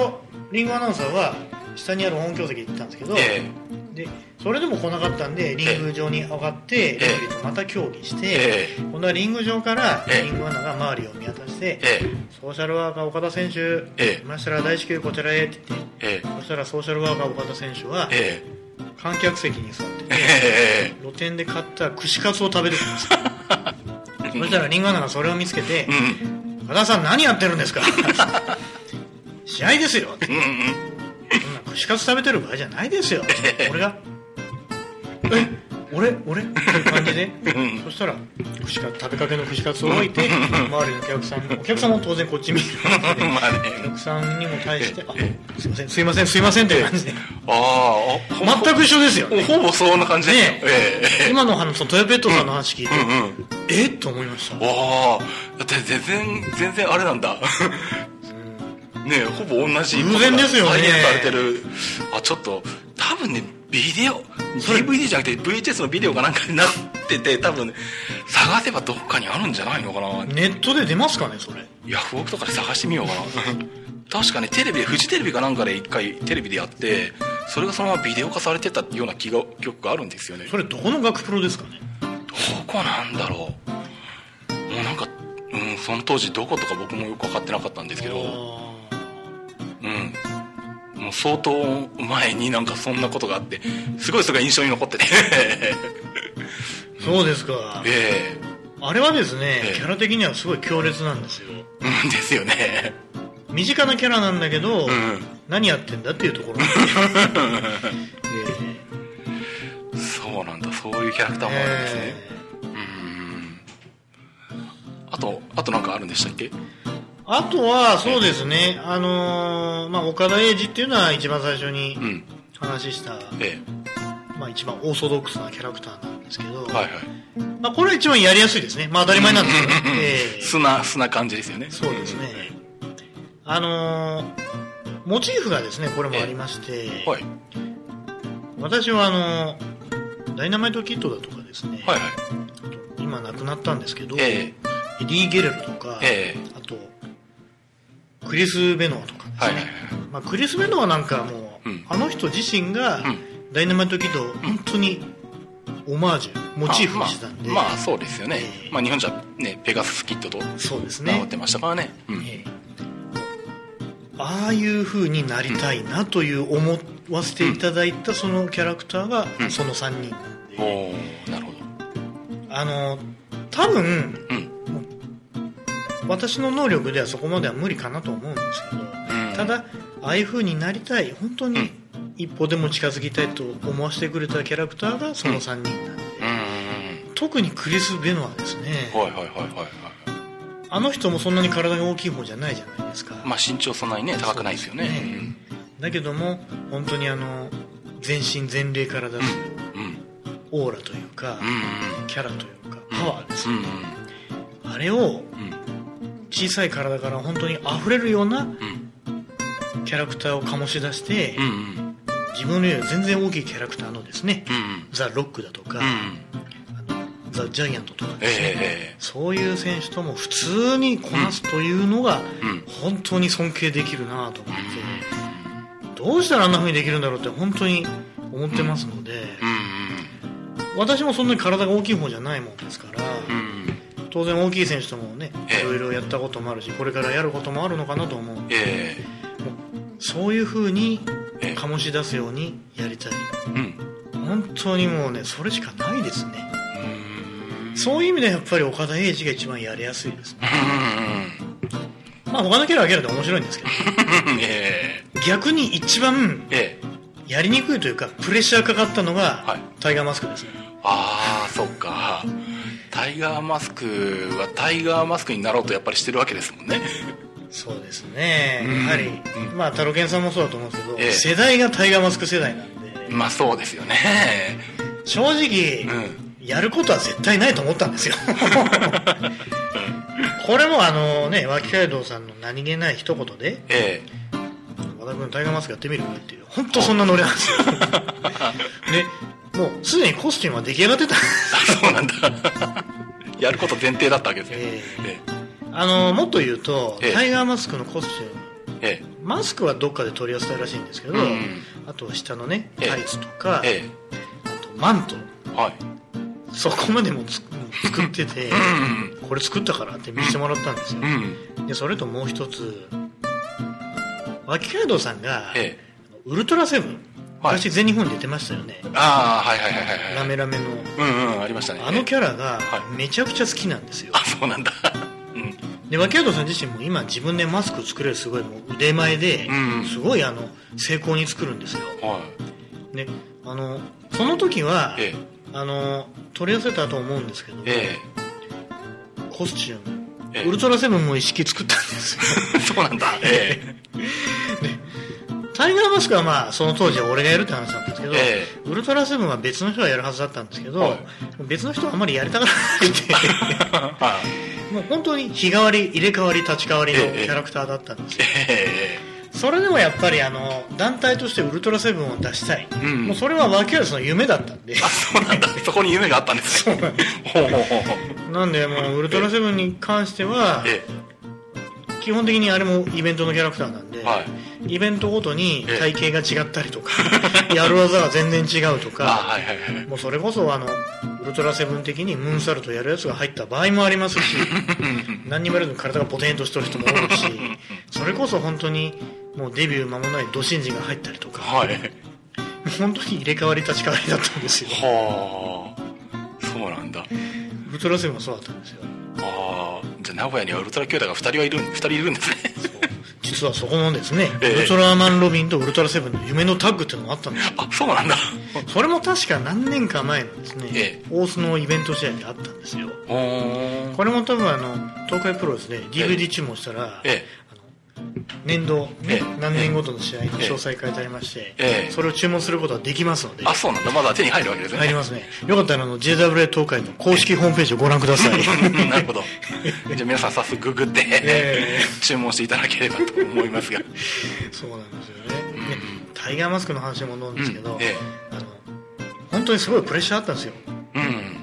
リングアナウンサーは下にある音響席に行ったんですけど、えー、でそれでも来なかったんでリング上に上がってレフェリーとまた協議して、えー、今度はリング上からリングアナが周りを見渡して、えー、ソーシャルワーカー岡田選手、えー、いましたら大至急こちらへって言って、えー、そしたらソーシャルワーカー岡田選手は、えー、観客席に座ってて、えー、露店で買った串カツを食べてたんですよそしたらリングアナがそれを見つけて、うん、岡田さん何やってるんですか試合ですよって、うんうん、そんな串カツ食べてる場合じゃないですよ俺がえ俺俺っていう感じでそしたら串カツ食べかけの串カツを置いて周りのお客さんお客さんも当然こっち見るお客さんにも対してあすいませんすいませんすいませんって感じであ全く一緒ですよ、ね、 ほぼそんな感じですよ、ねえー、今の話トヨペットさんの話聞いて、うんうんうん、えっと思いましたあだって全然全然あれなんだねほぼ同じ偶然ですよね再現されてるあちょっと多分ねビデオ ディーブイディー じゃなくて ブイエイチエス のビデオかなんかになってて多分、ね、探せばどっかにあるんじゃないのかなネットで出ますかねそれヤフオクとかで探してみようかな確かねテレビでフジテレビかなんかで一回テレビでやってそれがそのままビデオ化されてたような記憶があるんですよねそれどこの学プロですかねどこなんだろうもうなんか、うん、その当時どことか僕もよく分かってなかったんですけどうんもう相当前になんかそんなことがあってすごいそれが印象に残っててそうですか、えー、あれはですね、えー、キャラ的にはすごい強烈なんですよ、 うん、ですよね身近なキャラなんだけど、うん、何やってんだっていうところなんで、 えー、そうなんだそういうキャラクターもあるんですね、えー、うんあとあとなんかあるんでしたっけあとはそうですね、あのーまあ、岡田英二っていうのは一番最初に話した、うんええまあ、一番オーソドックスなキャラクターなんですけど、はいはいまあ、これは一番やりやすいですね、まあ、当たり前なんですけど、 えー、素な素な感じですよねそうですね、あのー、モチーフがですねこれもありまして、えはい、私はあのー、ダイナマイトキッドだとかですね、はいはい、今亡くなったんですけど、えー、エディ・ゲレルとか、えー、あとクリス・ベノアとかですね、はいはいはいまあ、クリス・ベノアなんかはもう、うん、あの人自身が、うん、ダイナマイトキッドを本当にオマージュ、うん、モチーフにしてたんで、 まあ、まあそうですよね、えーまあ、日本じゃ、ね、ペガスキッドとそうですね名乗ってましたからね、うんえー、ああいう風になりたいなという思わせていただいたそのキャラクターがそのさんにんなんで、うん、 おなるほどあの多分、うん私の能力ではそこまでは無理かなと思うんですけど、うん、ただああいう風になりたい本当に一歩でも近づきたいと思わせてくれたキャラクターがそのさんにんなんで、うん、特にクリス・ベノアですね、はいはいはいはい、あの人もそんなに体が大きい方じゃないじゃないですか、 まあ、身長そんなにね高くないですよね、ねうん、 だけども本当にあの全身全霊から出す、うん、オーラというか、うん、キャラというかパワーですよね、うん、あれを、うん小さい体から本当に溢れるようなキャラクターを醸し出して、うんうん、自分より全然大きいキャラクターのですね、うんうん、ザ・ロックだとか、うん、あのザ・ジャイアントとかですね、えー、そういう選手とも普通にこなすというのが本当に尊敬できるなと思って、うん、どうしたらあんな風にできるんだろうって本当に思ってますので、うんうん、私もそんなに体が大きい方じゃないもんですから、うん当然大きい選手ともね、いろいろやったこともあるしこれからやることもあるのかなと思うので、えー、もうそういう風に醸し出すようにやりたい、うん、本当にもうねそれしかないですねうんそういう意味でやっぱり岡田英二が一番やりやすいですねまあ他のキャラはキャラで面白いんですけど、えー、逆に一番やりにくいというかプレッシャーかかったのが、はい、タイガーマスクですねああそっかタイガーマスクはタイガーマスクになろうとやっぱりしてるわけですもんねそうですね、うん、やはり、うん、まあタロケンさんもそうだと思うんですけど、ええ、世代がタイガーマスク世代なんでまあそうですよね正直、うん、やることは絶対ないと思ったんですよこれもあのね脇街道さんの何気ない一言で、ええ、和田君タイガーマスクやってみるっていう本当そんなノリなんですよでもうすでにコスチュームは出来上がってたそうなんだやること前提だったわけですね、えーえー、あのもっと言うと、えー、タイガーマスクのコスチューム、えー、 マスクはどっかで取り扱いらしいんですけど、うん、あとは下のねタイツとか、ええ、あとマント、はい、そこまでもつ作っててこれ作ったからって見せてもらったんですよ、うん、でそれともう一つ脇街道さんが、ええ、ウルトラセブン昔全日本に出てましたよね。 ああはいはいはいはい。 ラメラメの。 うんうんありましたね。 あのキャラがめちゃくちゃ好きなんですよ。 あそうなんだ。うん。 で脇宿さん自身も今自分でマスク作れるすごいもう腕前で、うんうん、すごいあの成功に作るんですよ。はい。であのその時は、ええ、あの取り寄せたと思うんですけど、ええ、コスチューム、ええ、ウルトラセブンも一式作ったんですよ。 そうなんだ。ええ。 でタイガーマスクはまあその当時は俺がやるって話なんですけど、えー、ウルトラセブンは別の人がやるはずだったんですけど、はい、別の人はあんまりやりたがらなくてもう本当に日替わり入れ替わり立ち替わりのキャラクターだったんですよ、えー、それでもやっぱりあの団体としてウルトラセブンを出したい、うん、もうそれは脇原さんの夢だったんで。 あそうなんだ。そこに夢があったんですね。 そうなんです。なんでもうウルトラセブンに関しては、えー、基本的にあれもイベントのキャラクターなんで、はい、イベントごとに体型が違ったりとかやる技が全然違うとか、はいはいはい、もうそれこそあのウルトラセブン的にムーンサルトやるやつが入った場合もありますし何にもやらずに体がポテンとしてる人もおるしそれこそ本当にもうデビュー間もないド新人が入ったりとか、はい、本当に入れ替わり立ち替わりだったんですよ。 はあそうなんだ。 ウルトラセブンもそうだったんですよ。 ああじゃあ名古屋にはウルトラ兄弟がふたりはいるふたりいるんですね。 実はそこのですね、えー、ウルトラマンロビンとウルトラセブンの夢のタッグっていうのがあったんですよ。 あそうなんだ。 それも確か何年か前のですね、えー、大須のイベント試合であったんですよ。これも多分あの東海プロですね ディーブイディー 注文したら、えー、あの年度、ねえー、何年ごとの試合の詳細書いてありまして、えー、それを注文することができますので。 あそうなんだ。まだ手に入るわけですね。 入りますね。よかったらあの ジェイダブリュー 東海の公式ホームページをご覧ください。 なるほど。じゃあ皆さん早速ググって、えー、注文していただければと思いますが。 そうなんですよね。うん、でタイガーマスクの話も思うんですけど、うんえー、あの本当にすごいプレッシャーあったんですよ。うん、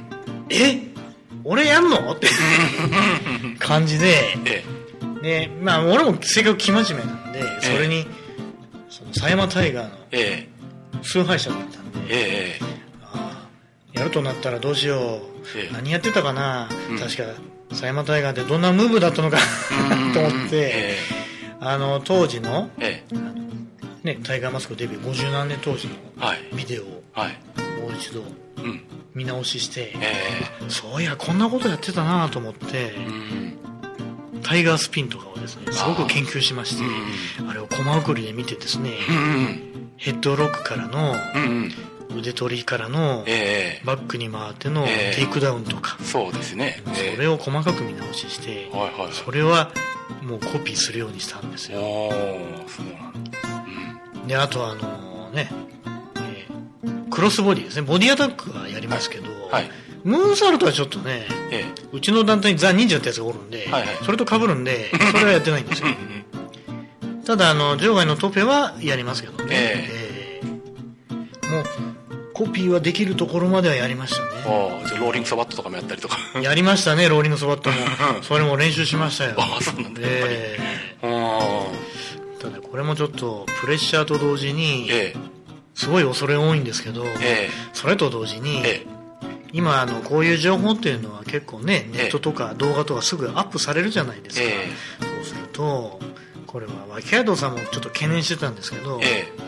え俺やんのって感じで、えー、でまあ俺も性格生真面目なんで、それに、えー、その狭山タイガーの崇拝者だったんで、えー、あやるとなったらどうしよう、えー、何やってたかな、うん、確か狭山タイガーってどんなムーブだったのかと思って、えー、あの当時の、えー、あのね、タイガーマスクデビューごじゅうなんねん当時のビデオをもう一度見直しして、えー、そういやこんなことやってたなと思って、うん、タイガースピンとかをですねすごく研究しまして、あ, あれをコマ送りで見てですね、うん、ヘッドロックからの、うん腕取りからのバックに回ってのテイクダウンとか、 えー、そうですね、 それを細かく見直しして、はいはいはい、それはもうコピーするようにしたんですよ。そうなんだ、うん、であとはあのね、えー、クロスボディですね。ボディアタックはやりますけど、はい、ムーンサルトはちょっとね、えー、うちの団体にザ・忍者ってやつがおるんで、はいはい、それと被るんでそれはやってないんですよ。ただあの場外のトペはやりますけどね、えーえー、もうコピーはできるところまではやりましたね。 ああ、じゃあローリングソバットとかもやったりとか。 やりましたね、ローリングソバットも。それも練習しましたよ。 ああ、そうなんだ、やっぱり。えー、ただこれもちょっとプレッシャーと同時に、えー、すごい恐れ多いんですけど、えー、それと同時に、えー、今あのこういう情報っていうのは結構ね、ネットとか動画とかすぐアップされるじゃないですか。えー、そうすると、これは脇屋堂さんもちょっと懸念してたんですけど、えー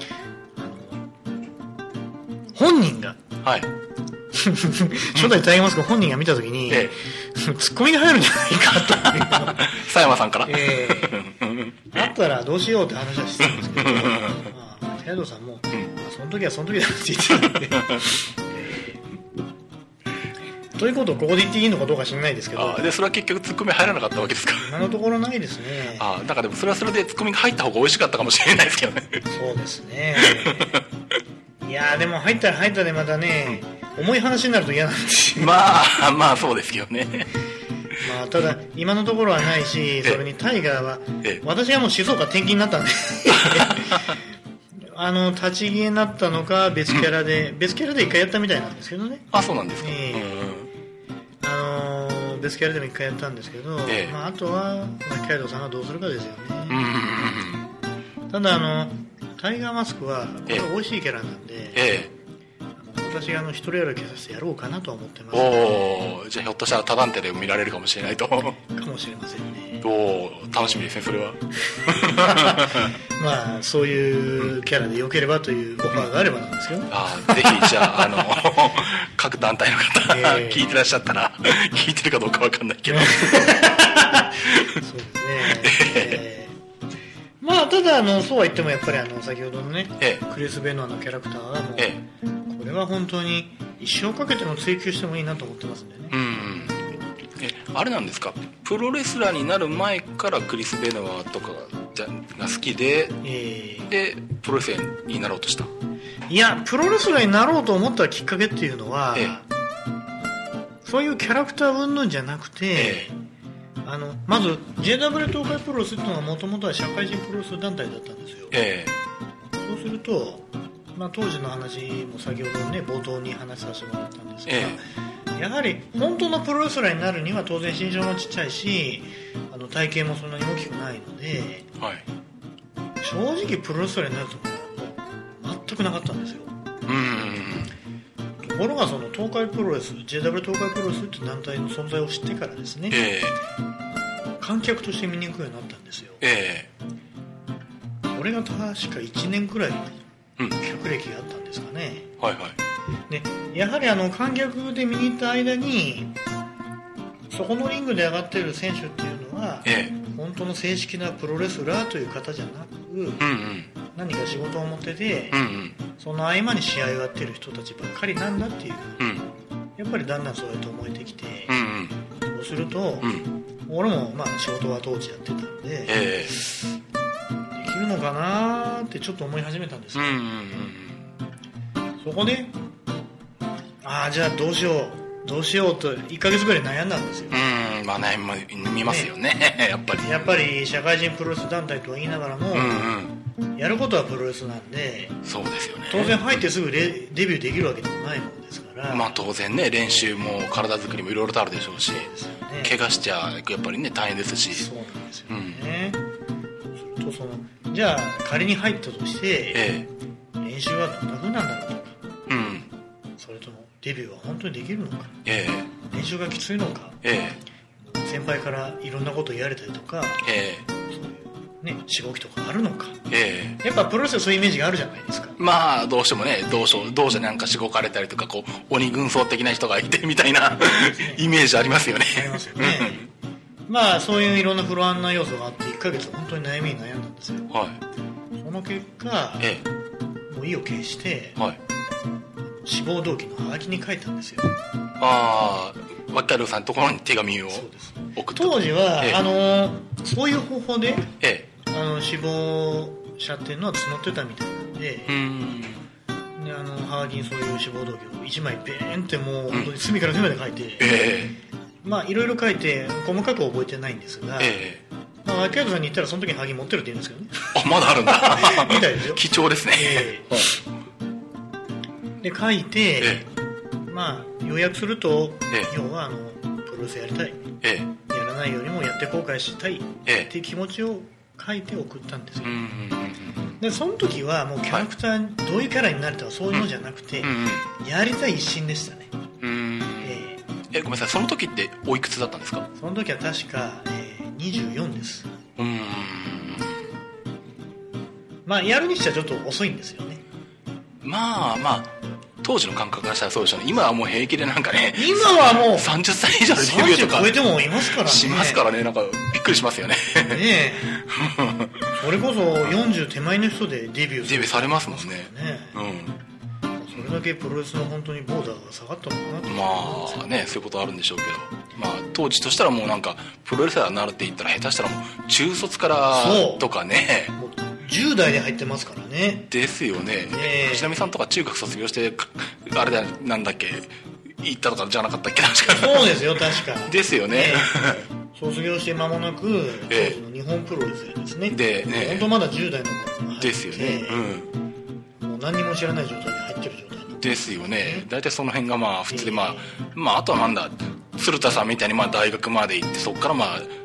本人が、はい、初代タイガーマスク本人が見たときに、ええ、ツッコミが入るんじゃないかという佐山さんから、 えー、あったらどうしようって話はしてたんですけど、まあ、ヤドさんも、うん、その時はその時だって言ってたんで、えー、ということをここで言っていいのかどうか知らないですけど、 あでそれは結局ツッコミ入らなかったわけですか。 今のところないですね。 あだからでもそれはそれでツッコミが入った方が美味しかったかもしれないですけどね。 そうですね。いやーでも入ったら入ったでまたね、うん、重い話になると嫌なんですよ。 まあまあそうですけどね。 まあただ今のところはないし、それにタイガーは私がもう静岡転勤になったんであの立ち消えになったのか別キャラで、うん、別キャラで一回やったみたいなんですけどね。 あそうなんですか、 えー、あのー、別キャラでも一回やったんですけど、えーまあ、あとは北海道さんがどうするかですよね。うんたただあのタイガーマスクはこれ美味しいキャラなんで、ええ、私があの一人歩きさせてやろうかなとは思ってます、 ね、おじゃあひょっとしたらタダンテで見られるかもしれないとかもしれませんね。 お楽しみですねそれはまあそういうキャラでよければというオファーがあればなんですけど、 あぜひじゃあ、あの各団体の方、えー、聞いてらっしゃったら聞いてるかどうかわかんないけどそうですね、えー、まあただあのそうは言ってもやっぱりあの先ほどのね、ええ、クリス・ベノアのキャラクターはもう、ええ、これは本当に一生かけても追求してもいいなと思ってますんでね。うん、うん、 えあれなんですか、プロレスラーになる前からクリス・ベノアとかが好きで、えー、でプロレスラーになろうとした。 いやプロレスラーになろうと思ったきっかけっていうのは、ええ、そういうキャラクター云々じゃなくて、ええ、あのまず ジェイダブリュー 東海プロレスっていうのはもともとは社会人プロレス団体だったんですよ、ええ、そうすると、まあ、当時の話も先ほどね冒頭に話させてもらったんですが、ええ、やはり本当のプロレスラーになるには当然身長もちっちゃいしあの体型もそんなに大きくないので、はい、正直プロレスラーになると全くなかったんですよ。うんところがその東海プロレス ジェイダブリュー 東海プロレスっていう団体の存在を知ってからですね、えー、観客として見に行くようになったんですよ、えー、これが確かいちねんくらい客歴があったんですかね、うん、はいはい、でやはりあの観客で見に行った間にそこのリングで上がっている選手っていうのは、えー、本当の正式なプロレスラーという方じゃなく、うんうん、何か仕事を持ってて、うんうん、その合間に試合をやってる人たちばっかりなんだっていう、うん、やっぱりだんだんそうやって思えてきて、うんうん、そうすると、うん、俺もまあ仕事は当時やってたんで、えー、できるのかなってちょっと思い始めたんですよ、うんうんうん、そこでああじゃあどうしようどうしようといっかげつぐらい悩んだんですよ。 うん、まあ悩みますよね、ねやっぱりやっぱり社会人プロレス団体とは言いながらも、うんうん、やることはプロレスなんで、 そうですよね、 当然入ってすぐレデビューできるわけでもないもんですから、 まあ当然ね練習も体作りもいろいろとあるでしょうし、そうですよね、怪我しちゃやっぱりね大変ですし、 そうなんですよね、うん、そうするとそのじゃあ仮に入ったとして、ええ、練習はどんな風なんだろうとか、うん、それともデビューは本当にできるのか、ええ、練習がきついのか、ええ、先輩からいろんなこと言われたりとか、ええ、そういうねしごきとかあるのか、ええ、やっぱプロレスはそういうイメージがあるじゃないですか。 まあどうしてもね同所同所なんかしごかれたりとかこう鬼軍曹的な人がいてみたいな、ね、イメージありますよね。 ありますよねまあそういういろんな不安な要素があっていっかげつ本当に悩みに悩んだんですよ、はい、その結果、ええ、もう意を決して、はい、志望動機のハガキに書いたんですよ。 ああ、脇田亮さんのところに手紙を送った。 当時は、ええ、あのそういう方法で、ええ、あの志望者っていうのは募ってたみたいなんで、うんであのハガキにそういう志望動機をいちまいベーンってもう本当に隅から隅まで書いて、うんええ、まあいろいろ書いて細かく覚えてないんですが、ええまあ、脇田さんに言ったらその時にハガキ持ってるって言うんですけどね。 あ、まだあるんだみたいですよ。 貴重ですね、ええ、で書いて、ええ、まあ要約すると、ええ、要はあのプロレスやりたい、ええ、やらないよりもやって後悔したい、ええ、っていう気持ちを書いて送ったんですよ、うんうんうん、でその時はもうキャラクター、はい、どういうキャラになるとかそういうのじゃなくて、うんうんうん、やりたい一心でしたね。うん、 えー、えごめんなさい、その時っておいくつだったんですか？ その時は確か、えー、にじゅうよんです。うん、まあやるにしてはちょっと遅いんですよね。 まあまあ当時の感覚からしたらそうでしょうね。今はもう平気でなんかね、 今はもうさんじゅっさい以上でデビューとかさんじゅう超えてもいますからね。 しますからね。なんかびっくりしますよね。ねえそれこそよんじゅう手前の人でデビューデビューされますもんね。ね、 うん、それだけプロレスの本当にボーダーが下がったのかなと思います。まあね、そういうことあるんでしょうけど、まあ当時としたらもうなんかプロレスラーになるって言ったら下手したらもう中卒からとかね。 じゅう代で入ってますからね。 ですよね。えー、藤波さんとか中学卒業してあれだなんだっけ行ったとかじゃなかったっけ確か。 そうですよ確か。 ですよね。 えー、卒業して間もなく当時の日本プロレスですね。でね。本当まだじゅう代の頃に入ってですよね。 うん。もう何にも知らない状態で入ってる状態なんですよね。大体その辺がまあ普通でまあ、えー、まああとはなんだ鶴田さんみたいにまあ大学まで行ってそこからまあ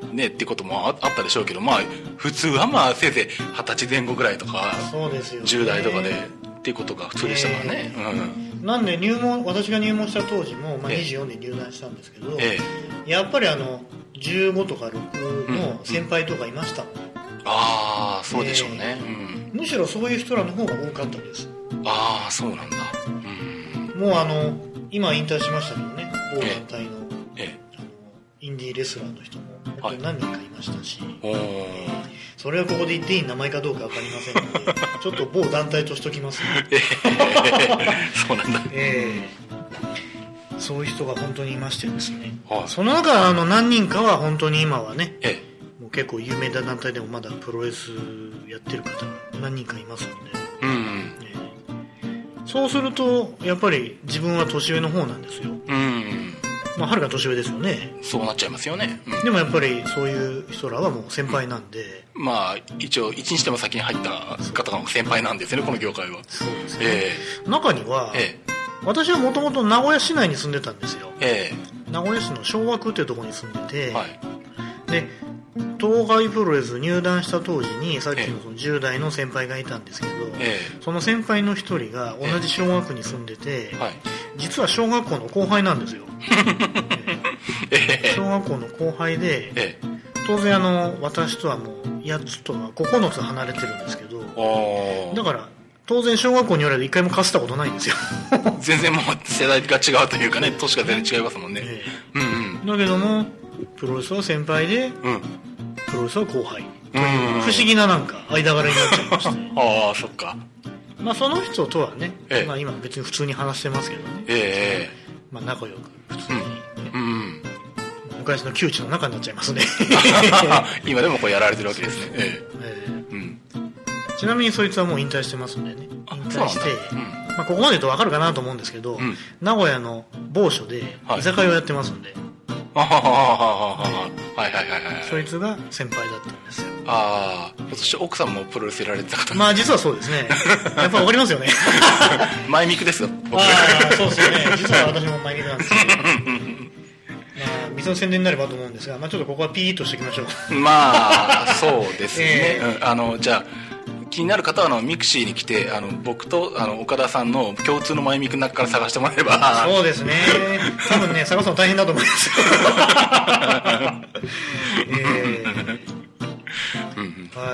ねってこともあったでしょうけど、まあ普通はまあせいぜいはたちぜん後ぐらいとか、 そうですよね、 じゅう代とかでっていうことが普通でしたからね、えーうん、なんで入門私が入門した当時も、まあ、にじゅうよんで入団したんですけど、えー、やっぱりあのじゅうごとかろくの先輩とかいましたもん、うんうん、 ああそうでしょうね、えーうん、むしろそういう人らの方が多かったです。 ああそうなんだ、 うん、もうあの今引退しましたけどね、某団体の、 ええ、 あのインディーレスラーの人も本当に何人かいましたし、 はい、 えー、それはここで言っていい名前かどうか分かりませんのでちょっと某団体としときますね、えー、そうなんだ、 えー、そういう人が本当にいましてですね、はい、その中あの何人かは本当に今はね、ええ、もう結構有名な団体でもまだプロレスやってる方何人かいますので、 うんうんえー、そうするとやっぱり自分は年上の方なんですよ、 うん、 まあ、はるか年上ですよね。 そうなっちゃいますよね、 うん、でもやっぱりそういう人らはもう先輩なんで、 うん、まあ一応一日でも先に入った方が先輩なんですね、この業界は。 そうですね、えー、中には、えー、私はもともと名古屋市内に住んでたんですよ、えー、名古屋市の昭和区っていうところに住んでて、はい、で東海プロレス入団した当時にさっきのそのじゅう代の先輩がいたんですけど、えー、その先輩の一人が同じ小学区に住んでて、えーはい、実は小学校の後輩なんですよえー、小学校の後輩で、えー、当然あの私とはもうやっつとはここのつ離れてるんですけど、だから当然小学校におられ一回もかすったことないんですよ全然もう世代が違うというかね、年が全然違いますもんね、えーうんうん、 だけどもプロレスは先輩で、うん、プロレスは後輩という不思議ななんか間柄になっちゃいましてああそっか、 まあ、その人とはね、ええ、まあ、今別に普通に話してますけどね、ええ、まあ、仲良く普通に、ね、うんうん、昔の窮地の中になっちゃいますね今でもこうやられてるわけですね、ええええ、うん、ちなみにそいつはもう引退してますんでね、引退して、うん、まあ、ここまで言うと分かるかなと思うんですけど、うん、名古屋の某所で居酒屋をやってますんで、 はい、はいはいはいはい、 そいつが先輩だったんですよ。 ああ、そして奥さんもプロレスやられてた方。 まあ実はそうですね。やっぱ分かりますよね。 マイミクですよ。 ああ、そうですよね。実は私もマイミクなんですけど。まあ店の宣伝になればと思うんですが、まあちょっとここはピーッとしておきましょう。 まあそうですね。えーうん、あのじゃあ。気になる方はあのミクシーに来てあの僕とあの岡田さんの共通のマイミクの中から探してもらえれば。 そうですね、多分ね探すの大変だと思いますよ、えーうんうん、はい、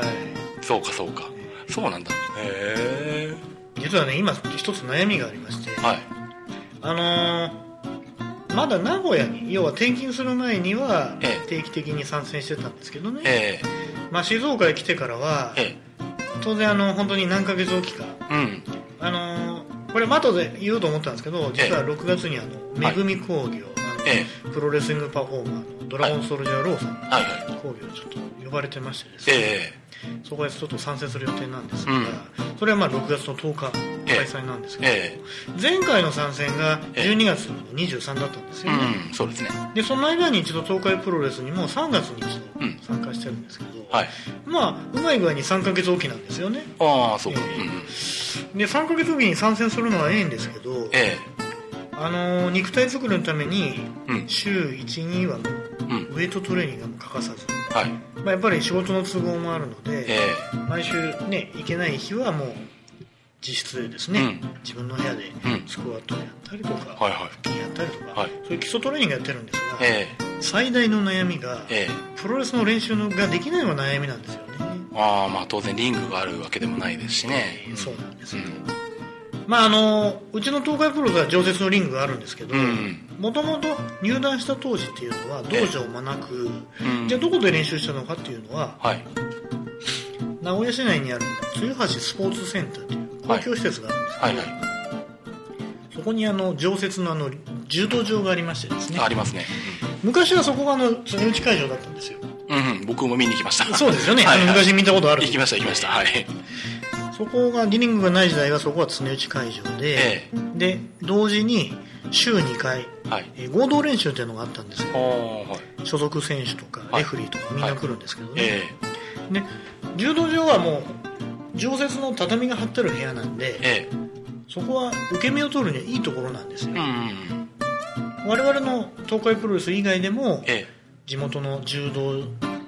そうかそうか、えー、そうなんだ。へえ。 実はね今一つ悩みがありまして、はい、あのー、まだ名古屋に要は転勤する前には定期的に参戦してたんですけどね、えーまあ、静岡へ来てからは、えー当然あの本当に何ヶ月おきか、うん、あのー、これ後で言おうと思ったんですけど、実はろくがつにあのめぐみ工業、はい、あのプロレスリングパフォーマーのドラゴンソルジャーローさんの工業ちょっと呼ばれてましてですね、えー、そこへちょっと参戦する予定なんですが、うん、それはまあろくがつのとおか開催なんですけど、えー、前回の参戦がじゅうにがつのにじゅうさんだったんですよね、 うん、そうですね。 でその間に一度東海プロレスにもさんがつに一度参加してるんですけど、うん、はい、まあうまい具合にさんかげつおきなんですよね。 ああそうか、えーうん、でさんかげつおきに参戦するのはええんですけど、えー、あのー、肉体作りのために週いち、にはもうウエイトトレーニングも欠かさず、はい、まあ、やっぱり仕事の都合もあるので、えー、毎週ね行けない日はもう自室でですね、うん、自分の部屋でスクワットやったりとか、うん、はいはい、腹筋やったりとか、はい、そういう基礎トレーニングやってるんですが、えー、最大の悩みが、えー、プロレスの練習ができないのが悩みなんですよね。 あ、まあ当然リングがあるわけでもないですしね、 えー、そうなんですよ、うん、まああのうちの東海プロレスは常設のリングがあるんですけど、もともと入団した当時っていうのは道場もなく、えーうん、じゃあどこで練習したのかっていうのは、はい、名古屋市内にある豊橋スポーツセンターという公共施設があるんですけど、はいはいはい、そこにあの常設のあの柔道場がありましてですね、 ありますね、 うん、昔はそこがあの常内会場だったんですよ。 うんうん、僕も見に行きました。 そうですよね、はいはい、あの昔見たことある。 行きました行きました、はい、 そこがリングがない時代はそこは常内会場で、えー、で同時に週にかい、はい、えー、合同練習というのがあったんですよ、はい、所属選手とかレフリーとかみんな来るんですけどね、はい、えー、で柔道場はもう常設の畳が張ってある部屋なんで、ええ、そこは受け身を取るにはいいところなんですよ、うん、我々の東海プロレス以外でも、ええ、地元の柔道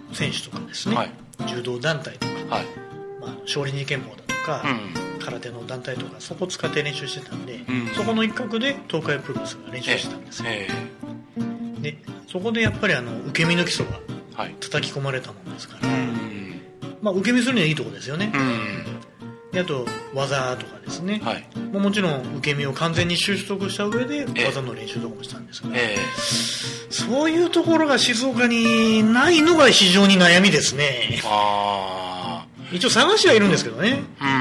選手とかですね、はい、柔道団体とか、はい、まあ、少林寺拳法だとか、うん、空手の団体とかそこを使って練習してたんで、うん、そこの一角で東海プロレスが練習してたんですよ、えー、でそこでやっぱりあの受け身の基礎が叩き込まれたものですから、はい、まあ、受け身するにはいいところですよね、うん、であと技とかですね、はい、も, もちろん受け身を完全に習得した上で技の練習とかもしたんですが、えー、そういうところが静岡にないのが非常に悩みですね。あ、一応探してはいるんですけどね、うん、うん、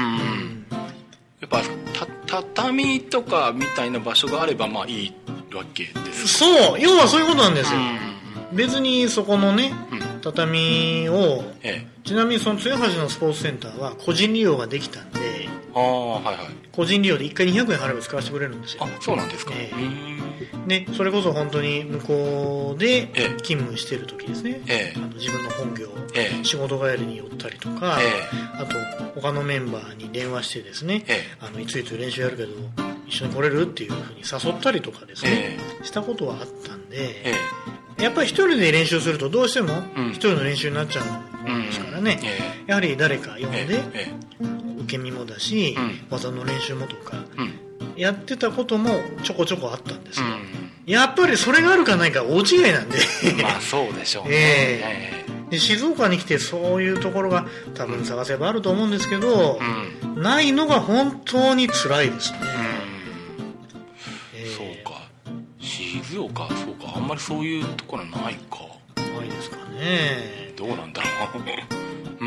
やっぱた畳とかみたいな場所があればまあいいわけですそう、要はそういうことなんですよ、うん、別にそこのね、うん、畳を、ええ、ちなみにその豊橋のスポーツセンターは個人利用ができたんで、あ、はいはい、個人利用でいっかいにひゃくえん払えば使わせてくれるんですよ。 あ、そうなんですか、えー、でそれこそ本当に向こうで勤務してる時ですね、えー、あの自分の本業、えー、仕事帰りに寄ったりとか、えー、あと他のメンバーに電話してですね、えー、あのいついつ練習やるけど一緒に来れるっていうふうに誘ったりとかですね、えー、したことはあったんで、えー、やっぱり一人で練習するとどうしても一人の練習になっちゃうんですからね、うんうん、えー、やはり誰か呼んで、えー、受け身もだし、うん、技の練習もとか、うん、やってたこともちょこちょこあったんですよ、うん、やっぱりそれがあるかないか大違いなんでまあそうでしょうね、 えー、で静岡に来てそういうところが多分探せばあると思うんですけど、うん、ないのが本当に辛いですね、 うん、えー、そうか、静岡、そうか、あんまりそういうところないか、 ないですかね、 どうなんだろう、うん、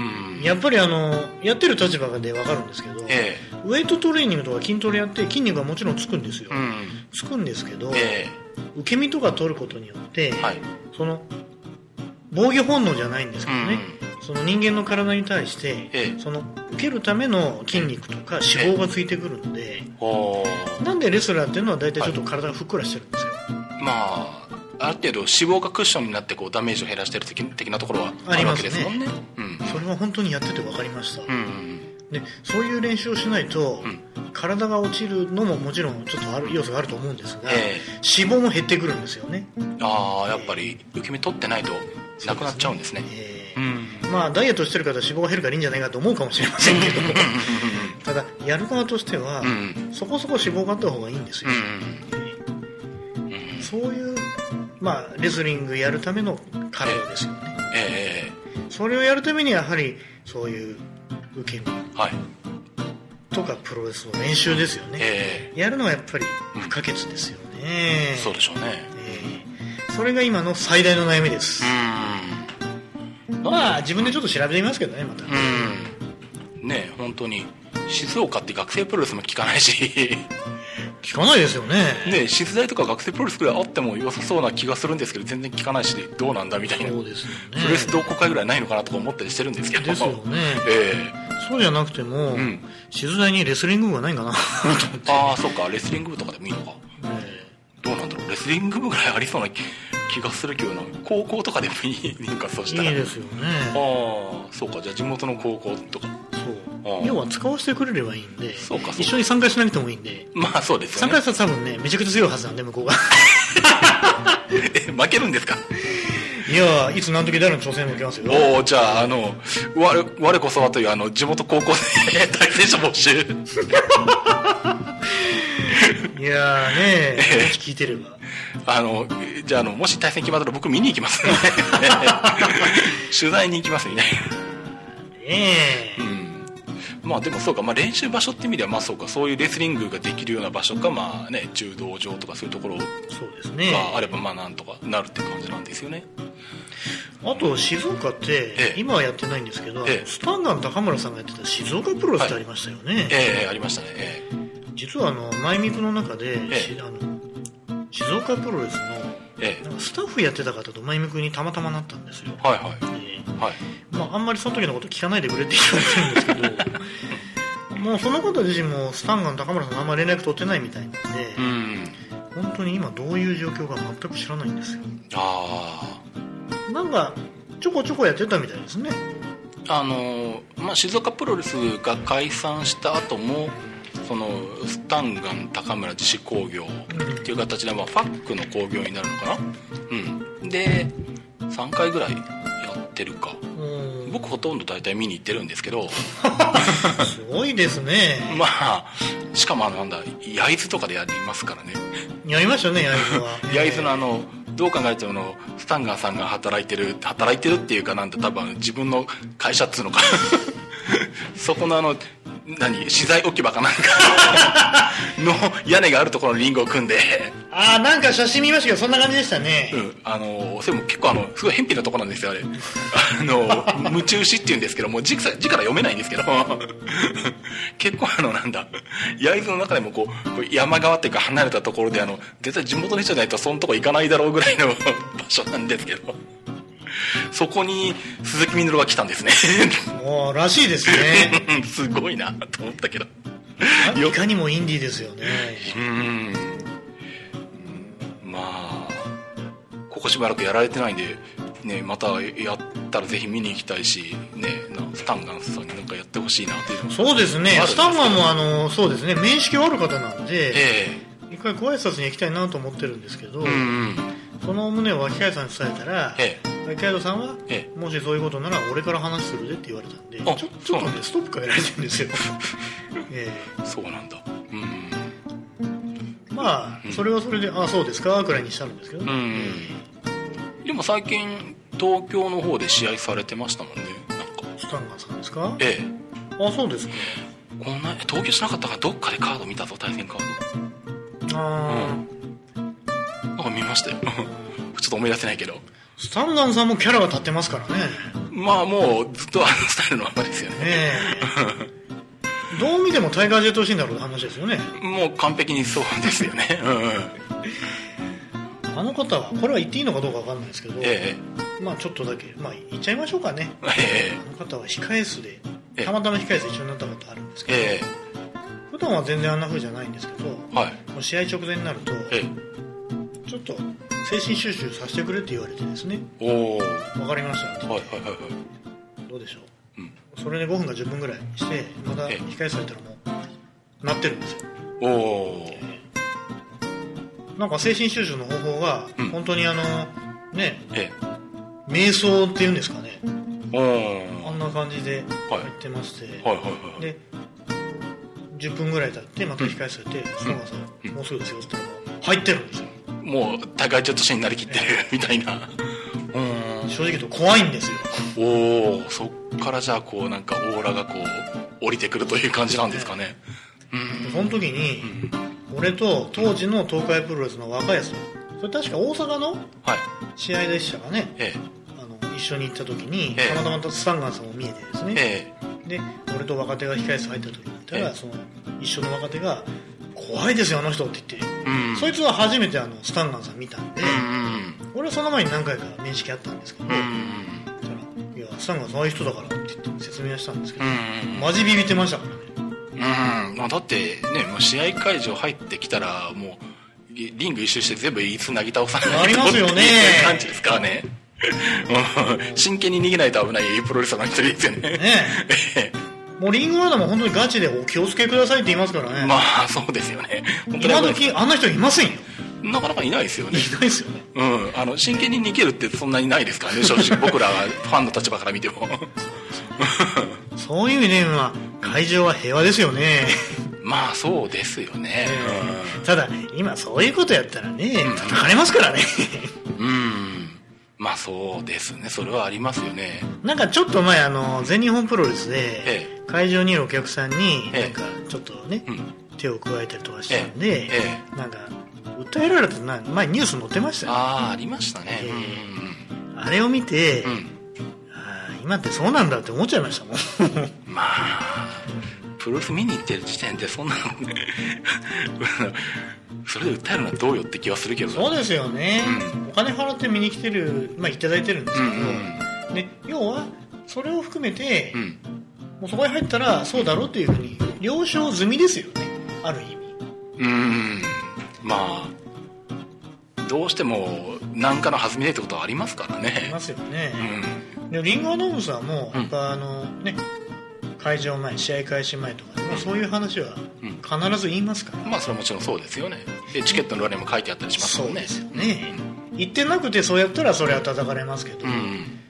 やっぱりあのやってる立場で分かるんですけど、えー、ウェイトトレーニングとか筋トレやって筋肉はもちろんつくんですよ、うん、つくんですけど、えー、受け身とか取ることによって、はい、その防御本能じゃないんですけどね、うん、その人間の体に対して、えー、その受けるための筋肉とか脂肪がついてくるので、えー、なんでレスラーっていうのは大体ちょっと体がふっくらしてるんですよ、はい、まあある程度脂肪がクッションになってこうダメージを減らしてる 的, 的なところはあるわけですもんね。ありますね、 うん、それは本当にやってて分かりました、うん、でそういう練習をしないと、うん、体が落ちるのももちろんちょっとある要素があると思うんですが、えー、脂肪も減ってくるんですよね。 ああ、やっぱり受け身取ってないとなくなっちゃうんですね。えーうん、まあダイエットしてる方は脂肪が減るからいいんじゃないかと思うかもしれませんけどただやる側としては、うん、そこそこ脂肪があった方がいいんですよ、うんうん、そういうまあ、レスリングやるための体ですよね、えーえー、それをやるためにやはりそういう受け身、はい、とかプロレスの練習ですよね、えー、やるのはやっぱり不可欠ですよね、 うん、そうでしょうね、 えー、それが今の最大の悩みです。うん、まあ自分でちょっと調べてみますけどね、また、 うん、ねえ、本当に静岡って学生プロレスも聞かないし聞かないですよね。 ね、静大とか学生プロレスくらいあっても良さそうな気がするんですけど全然聞かないしどうなんだみたいな。そうですよね。プロレス同好会ぐらいないのかなとか思ったりしてるんですけど。 ですよね、えー、そうじゃなくても、うん、静大にレスリング部がないんかなと思ってああ、そうか、レスリング部とかでもいいのか、えー、どうなんだろう、レスリング部ぐらいありそうな気がするけどな。高校とかでもいいのか、そうしたら。 いいですよね。 ああ、そうか、じゃあ地元の高校とか。 そう、要は使わせてくれればいいんで、そうかそうか、一緒に参加しなくてもいいんで。 まあそうですよね。 参加したら多分ね、めちゃくちゃ強いはずなんで向こうがえ、負けるんですか。 いや、いつ何時誰の挑戦も受けますよ。 おお、じゃあ、あの我, 我こそはというあの地元高校で対戦者募集いやーね、もし聞いてればあのじゃあ、あのもし対戦決まったら僕見に行きます取材に行きますみたいなねえ、うん、まあでもそうか、まあ、練習場所って意味ではまあそうか、そういうレスリングができるような場所か、まあね、柔道場とかそういうところがあればまあなんとかなるって感じなんですよね。 あと静岡って、ええ、今はやってないんですけど、ええ、スタンガン高村さんがやってた静岡プロレスってありましたよね、はい、 ええ、ありましたね、ええ、 実はあのマイミクの中で、ええ、あの静岡プロレスの、ええ、なんかスタッフやってた方とマイミクにたまたまなったんですよ。はいはい、ええ、はい、まあ、あんまりその時のこと聞かないでくれって言われてるんですけどもうその方自身もスタンガン高村さんあんまり連絡取ってないみたいなんで、うん、本当に今どういう状況か全く知らないんですよ。ああ、なんかちょこちょこやってたみたいですね。 あの、まあ、静岡プロレスが解散した後もそのスタンガン高村自主興行っていう形で、まあ、ファックの興行になるのかな、うん、でさんかいぐらいやっってるか。僕ほとんど大体見に行ってるんですけどすごいですね。 まあしかもあのなんだ焼津とかでやりますからね。 やりましたね、焼津は。 焼津のあのどう考えてものスタンガンさんが働いてる働いてるっていうかなんて多分自分の会社っつうのかそこのあの何資材置き場かなんかの屋根があるところのリングを組んでああなんか写真見ましたけどそんな感じでしたね。 うんあのそれも結構あのすごい偏僻なところなんですよあれあの夢中詩っていうんですけどもう字から読めないんですけど結構あのなんだ焼津の中でもこう山側っていうか離れたところであの絶対地元の人じゃないとそのとこ行かないだろうぐらいの場所なんですけどそこに鈴木みのるが来たんですねおーらしいですねすごいなと思ったけどいかにもインディーですよね。 うんまあここしばらくやられてないんでねまたやったらぜひ見に行きたいしねスタンガンさんになんかやってほしいなっていうのそうですね。スタンガンもあのそうですね面識ある方なんで、えー、一回ご挨拶に行きたいなと思ってるんですけど、うんうん、その旨を脇海さんに伝えたら、えー、脇海さんは、えー、もしそういうことなら俺から話するでって言われたんでちょ, ちょっとねストップかけられてるんですよ、 えー、そうなんだ。うんまあ、うん、それはそれでああそうですかくらいにしたんですけど、ね、 うん、でも最近東京の方で試合されてましたもんね。なんかスタンガンさんですか。 ええあそうですか。 こんな東京しなかったからどっかでカード見たぞ対戦カードああ、うん、なんか見ましたよちょっと思い出せないけどスタンガンさんもキャラが立ってますからね。 まあもうずっとあのスタイルのままですよね。ええどう見てもタイガー・ジェットシーンだろうって話ですよね。 もう完璧にそうですよね、 うん、あの方はこれは言っていいのかどうか分かんないですけど、ええ、まあちょっとだけ、まあ、言っちゃいましょうかね、ええ、あの方は控え室でたまたま控え室で一緒になったことあるんですけど、ええ、普段は全然あんな風じゃないんですけど、はい、もう試合直前になると、ええ、ちょっと精神収集させてくれって言われてですね。おー分かりましたって、はいはいはいはい、どうでしょう、うん、それでごふんかじゅっぷんぐらいしてまた控え室入ったらもうなってるんですよ。おお、えー、なんか精神収集の方法が本当にあの、うん、ねええ瞑想っていうんですかね、おあんな感じで入ってまして、はいはいはいはい、でじゅっぷんぐらい経ってまた控え室入って「スタンガンさん、うん、もうすぐですよ」って言ったら入ってるんですよ。 もうタイガー・ジェットシーンになりきってる、えー、みたいな。 うん正直言うと怖いんですよ。 おお、そっからじゃあこうなんかオーラがこう降りてくるという感じなんですかね。 うん、その時に、うん、俺と当時の東海プロレスの若いやつ、それ確か大阪の試合でしたかね、はい、あの一緒に行った時に、ええ、たまたまスタンガンさんも見えてですね、ええ、で俺と若手が控え室入った時に言ったら、ええ、その一緒の若手が怖いですよあの人って言って、うん、そいつは初めてあのスタンガンさん見たんで、うん、俺はその前に何回か面識あったんですけど、うん、そしたらいやスタンガンそういう人だからって言って説明はしたんですけど、うん、マジビビってましたからね。 うん、まあ、だってねもう試合会場入ってきたらもうリング一周して全部椅子なぎ倒さないありますよね感じですからね真剣に逃げないと危ないプロレスラーの一人ですよね。ねもうリングワードも本当にガチでお気をつけくださいって言いますからね。 まあそうですよね。 今時あんな人いませんよ。 なかなかいないですよね。 いないですよね。 うん、あの真剣に逃げるってそんなにないですからね正直僕らはファンの立場から見てもそういう意味では会場は平和ですよね。 まあそうですよね、 うん、ただ今そういうことやったらね叩かれますからね。 うん、うんまあそうですねそれはありますよね。 なんかちょっと前あの全日本プロレスで会場にいるお客さんになんかちょっとね、ええ、手を加えたりとかしたんで、ええ、なんか訴えられたな前ニュース載ってましたよね。 ああありましたね、えー、あれを見て、うん、あ今ってそうなんだって思っちゃいましたもんまあプロレス見に行ってる時点でそんなそれで訴えるのはどうよって気はするけど。 そうですよね、うん、お金払って見に来てるまあいただいてるんですけど、うんうん、で要はそれを含めて、うん、もうそこに入ったらそうだろうっていうふうに了承済みですよねある意味。 うーんまあどうしても何かの弾みでってことはありますからね。 ありますよね、うん、でリンゴアナウンサーもやっぱあのね、会場前試合開始前とかでもそういう話は必ず言いますから、 うん、まあそれはもちろんそうですよね。でチケットの裏にも書いてあったりしますもんね。 そうですよね、うん、言ってなくてそうやったらそれは叩かれますけど、うん、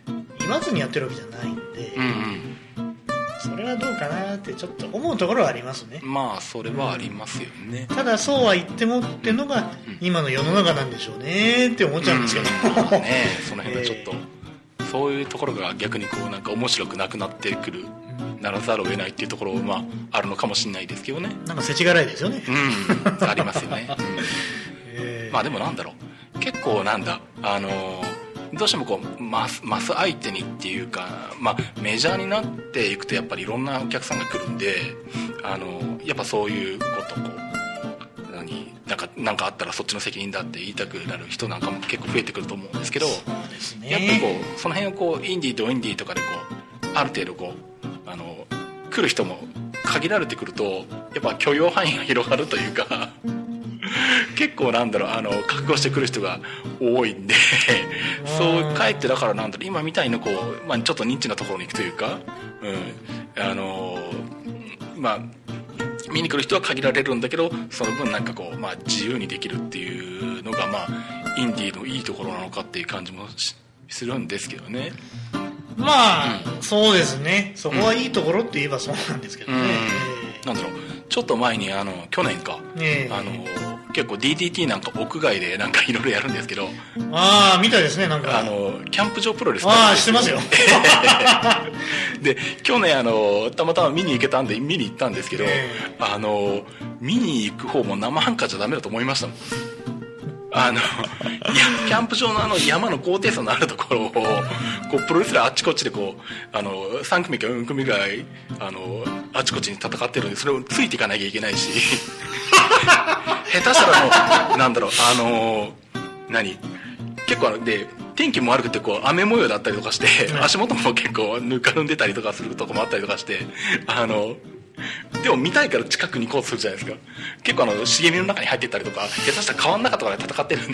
わずにやってるわけじゃないんで、 うんうん、 それはどうかなってちょっと思うところはありますね。 まあそれはありますよね、 うん、ただそうは言ってもっていうのが今の世の中なんでしょうねって思っちゃうんですけど、 うんまあね、その辺はちょっと、えー、そういうところが逆にこうなんか面白くなくなってくる、ならざるを得ないっていうところまああるのかもしれないですけどね。 なんか世知辛いですよね。 うん、ありますよね、うんえー、まあでもなんだろう、結構なんだあのー、どうしてもこうマス、マス相手にっていうか、まあ、メジャーになっていくとやっぱりいろんなお客さんが来るんで、あのー、やっぱそういうことこう何なんかなんかあったらそっちの責任だって言いたくなる人なんかも結構増えてくると思うんですけど、 そうですね、 やっぱりこうその辺をこうインディーとインディーとかでこうある程度こうあの来る人も限られてくるとやっぱ許容範囲が広がるというか結構なんだろうあの覚悟してくる人が多いんでそうかえってだからなんだろう今みたいなこう、まあ、ちょっとニッチなところに行くというか、うん、あのまあ見に来る人は限られるんだけどその分なんかこう、まあ、自由にできるっていうのが、まあ、インディーのいいところなのかっていう感じもするんですけどね。 まあ、うん、そうですね、そこはいいところって言えばそうなんですけどね、うんえー、なんだろうちょっと前にあの去年か、えー、あの結構 ディーディーティー なんか屋外でなんかいろいろやるんですけど、 ああみたいですね、なんかあのキャンプ場プロレスああしてますよで去年あのたまたま見に行けたんで見に行ったんですけど、えー、あの見に行く方も生半可じゃダメだと思いましたもん。あのいやキャンプ場のあの山の高低差のあるところをこうプロレスラーあっちこっちでこうあのさん組かよん組ぐらいあのあちこちに戦ってるんでそれをついていかなきゃいけないし下手したらもうなんだろうあの何結構あので天気も悪くてこう雨模様だったりとかして、足元も結構ぬかるんでたりとかするとこもあったりとかしてあのでも見たいから近くに行こうとするじゃないですか。結構あの茂みの中に入ってったりとか下手したら川の中とかで戦ってるんで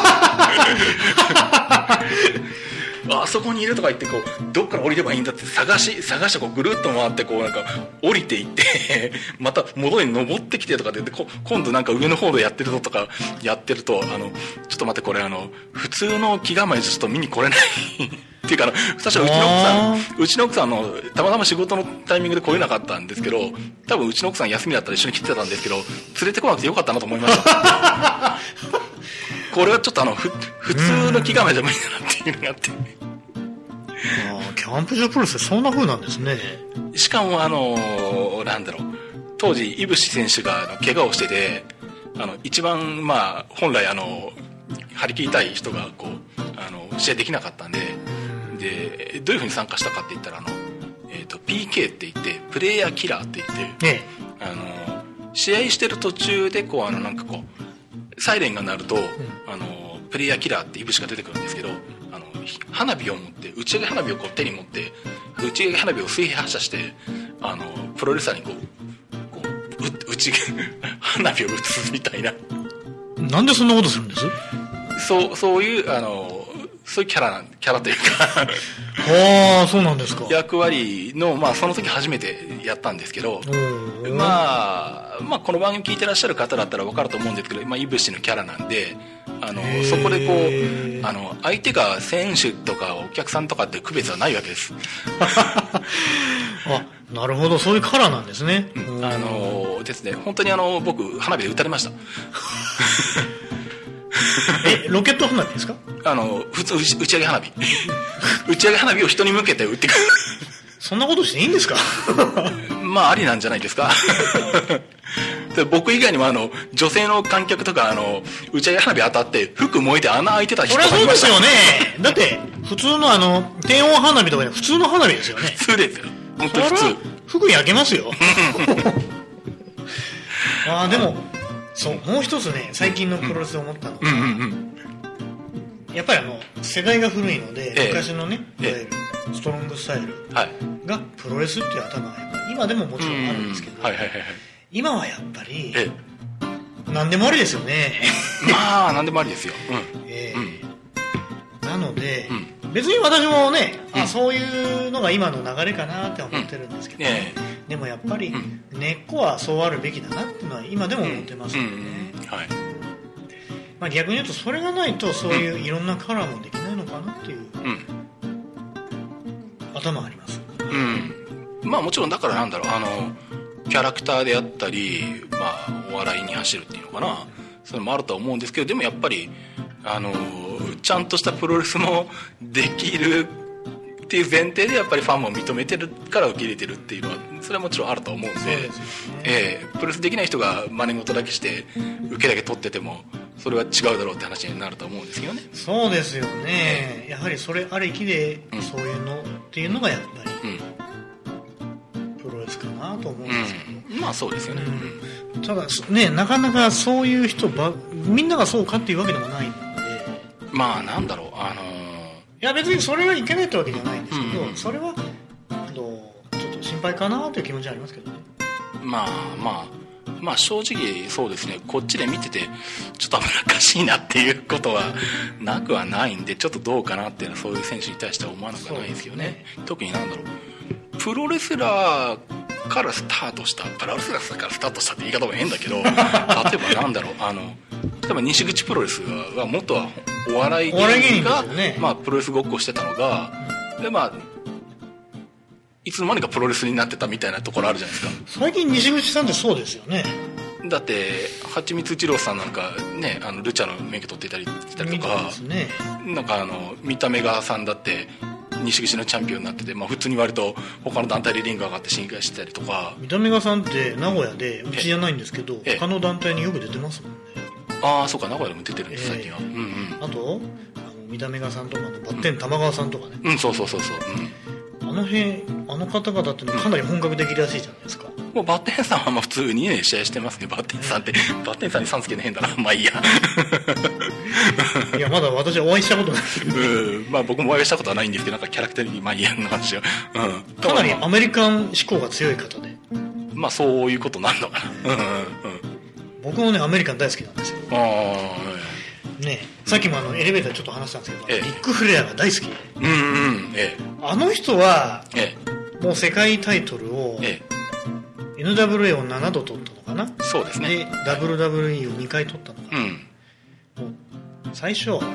あそこにいるとか言ってこうどっから降りればいいんだって探し探してこうぐるっと回ってこうなんか降りていってまた戻りに登ってきてとかでこ今度なんか上の方でやってるのとかやってるとあのちょっと待ってこれあの普通の気構えじゃちょっと見に来れないっていうかあの確かうちの奥さんうちの奥さんのたまたま仕事のタイミングで来れなかったんですけど多分うちの奥さん休みだったら一緒に来てたんですけど連れてこなくてよかったなと思いましたこれはちょっとあのふ普通の気構えじゃ無理だなっていうのがあってあキャンプ場プロレスってそんな風なんですね。 しかもあのなんだろう当時井伏選手があの怪我をしててあの一番まあ本来あの張り切りたい人がこうあの試合できなかったんででどういう風に参加したかって言ったらあの、えー、と ピーケー って言ってプレイヤーキラーって言って、ね、あの試合してる途中でこうあのなんかこうサイレンが鳴ると、うん、あのプレイヤーキラーって井伏が出てくるんですけどあの花火を持って打ち上げ花火をこう手に持って打ち上げ花火を水平発射してあのプロレスラーにこうこう打ち花火を打つみたいな。 なんでそんなことするんです？ そうそういうあのそういうキャラキャラというかああそうなんですか。 役割のまあその時初めてやったんですけど、まあまあこの番組聞いてらっしゃる方だったら分かると思うんですけど、まあ井伏のキャラなんで。あのそこでこうあの相手が選手とかお客さんとかって区別はないわけですあなるほどそういうカラーなんですね、 うん、あのですね本当にあの僕花火で撃たれましたえロケット花火ですか？ あの普通打ち上げ花火打ち上げ花火を人に向けて撃ってくるそんなことしていいんですか？ まあありなんじゃないですかで僕以外にもあの女性の観客とかあの打ち上げ花火当たって服燃えて穴開いてた人がいました。 そりゃそうですよねだって普通のあの低温花火とかで普通の花火ですよね。 普通ですよ本当に普通。 服焼けますよああでもそうもう一つね最近のプロレスで思ったのが、うんうんうんうん、やっぱりあの世代が古いので、ええ、昔のねいわゆるストロングスタイルがプロレスっていう頭がやっぱり今でももちろんあるんですけど、はいはいはいはい、今はやっぱり、ええ、何でもありですよねまあ何でもありですよ、うんえーうん、なので、うん、別に私もね、うん、あそういうのが今の流れかなって思ってるんですけど、ねうん、でもやっぱり根っこはそうあるべきだなっていうのは今でも思ってますよね、うんうんうんはいまあ、逆に言うとそれがないとそういういろんなカラーもできないのかなっていう、うん頭あります。 うん。まあもちろんだからなんだろう、あのキャラクターであったり、まあお笑いに走るっていうのかな、そういうのもあるとは思うんですけど、でもやっぱりあのちゃんとしたプロレスもできるっていう前提でやっぱりファンも認めてるから受け入れてるっていうのはそれはもちろんあると思うんで、ねえー、プロレスできない人が真似事だけして受けだけ取っててもそれは違うだろうって話になると思うんですけどね。 そうですよね、やはりそれありきでそういうのっていうのがやっぱり、うん、プロレスかなと思うんですけど、 うん、まあそうですよね、 うん、ただね、なかなかそういう人ばみんながそうかっていうわけでもないので、 まあなんだろう、あのーいや別にそれはいけないってわけじゃないんですけど、うんうん、それはあのちょっと心配かなという気持ちはありますけどね。 まあまあまあ正直そうですね、こっちで見ててちょっと危なっかしいなっていうことはなくはないんで、ちょっとどうかなっていうのはそういう選手に対しては思わなくはないですよね。ね、特になんだろう、プロレスラーからスタートした、プロレスラーからスタートしたって言い方も変だけど例えばなんだろう、あの例えば西口プロレスは元はお笑い芸人が、ね、まあ、プロレスごっこしてたのが、でまあいつの間にかプロレスになってたみたいなところあるじゃないですか。 最近西口さんってそうですよね。 だってはちみつ一郎さんなんかね、あのルチャの免許取っていたりしたりとか、ね、なんかあの見た目がさんだって西口のチャンピオンになってて、まあ、普通に割と他の団体でリング上がって進化してたりとか。 見た目がさんって名古屋でうちじゃないんですけど、他の団体によく出てますもんね。 ああそうか、名古屋でも出てるんです最近は、えーうんうん、 あとあの見た目がさんとかのバッテン玉川さんとかね、 うん、うん、そうそうそうそう、 うん、あの辺あの方々ってのはかなり本格的らしいじゃないですか。 もうバッテンさんはまあ普通にね試合してますね。バッテンさんってバッテンさんにさんつけるの変だな、まあいいやいやまだ私はお会いしたことないうん、まあ僕もお会いしたことはないんですけど、なんかキャラクターにまあいいやの話は、 うん、かなりアメリカン志向が強い方で、 まあそういうことなんのかな、うんうんうん、 僕もねアメリカン大好きなんですよ。 ああね、さっきもあのエレベーターでちょっと話したんですけど、ええ、リック・フレアが大好きで、 うんうんええ、 あの人は、 ええ、もう世界タイトルを、ええ、エヌダブリューエー をななど取ったのかな。 そうですね。 で ダブリューダブリューイー をにかい取ったのかな、うん、もう最初、はい、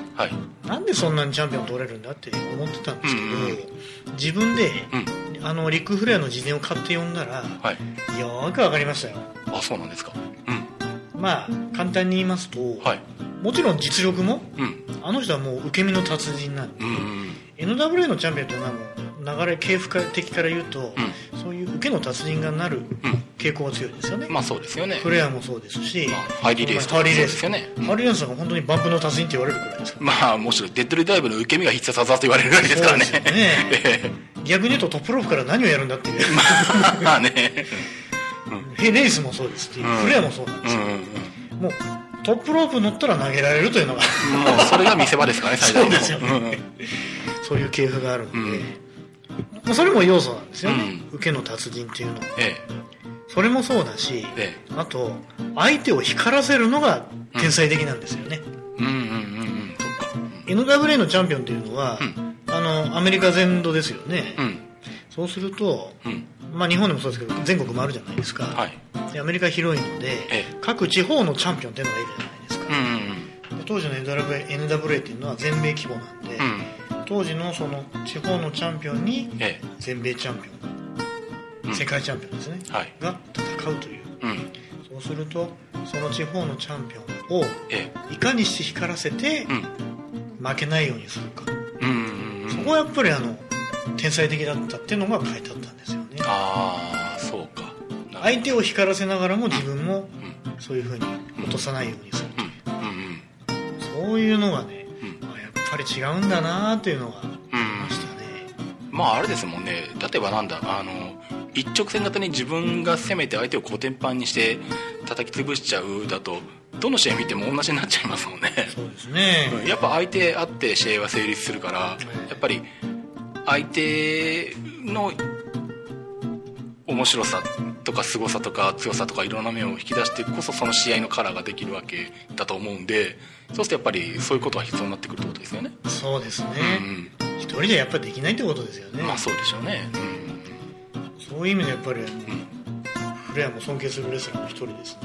なんでそんなにチャンピオン取れるんだって思ってたんですけど、うんうん、自分で、うん、あのリック・フレアの辞典を買って読んだら、はい、よーく分かりましたよ。 あ、そうなんですか。 うん、まあ簡単に言いますと、はい、もちろん実力も、うん、あの人はもう受け身の達人なんで、うんうん、エヌダブリューエー のチャンピオンというのはもう流れ系譜的から言うと、うん、そういう受けの達人がなる傾向が強いですよね。 まあそうですよね。 フレアもそうですし、まあ、ハイリーレースとかもそうですよね。 ハイリーレースが本当にバンプの達人って言われるくらいですから、 まあもちろんデッドリダイブの受け身が必殺技と言われるぐらいですからね。そうですよね逆に言うとトップロープから何をやるんだっていうまあね、 うん、レースもそうですし、うん、フレアもそうなんですよ、うんうんうん、もうトップロープ乗ったら投げられるというのがもうそれが見せ場ですからね最大の。 そうですよね、うん、そういう系譜があるので、うんまあ、それも要素なんですよね、うん、受けの達人っていうのは、ええ、それもそうだし、ええ、あと相手を光らせるのが天才的なんですよね。 うんうんうんうんそっか、 うん、エヌダブリューエー のチャンピオンっていうのは、うん、あのアメリカ全土ですよね、うん、そうすると、うんまあ、日本でもそうですけど全国回るじゃないですか、はい、でアメリカ広いので、ええ、各地方のチャンピオンっていうのがいるじゃないですか、うんうんうん、で当時の エヌダブリューエー っていうのは全米規模なんで、うん、当時のその地方のチャンピオンに全米チャンピオン、うん、世界チャンピオンですね、はい、が戦うという、うん、そうするとその地方のチャンピオンをいかにして光らせて負けないようにするか、うんうんうん、そこはやっぱりあの天才的だったっていうのが書いてあったんですよね。 ああそうか。 相手を光らせながらも自分もそういう風に落とさないようにするという、うんうんうん、そういうのがね、うん、やっぱり違うんだなっていうのがありましたね、 うん、まああれですもんね。例えばなんだあの一直線型に自分が攻めて相手をコテンパンにして叩き潰しちゃうだとどの試合見ても同じになっちゃいますもんね。 そうですね、 うん、やっぱ相手あって試合は成立するから、やっぱり相手の面白さとか凄さとか強さとかいろんな面を引き出してこそその試合のカラーができるわけだと思うんで、そうするとやっぱりそういうことが必要になってくるってことですよね。 そうですね、うん、一人じゃやっぱりできないってことですよね。 まあそうでしょうね、 うん、そういう意味でやっぱり、うん、フレアも尊敬するレスラーの一人ですね、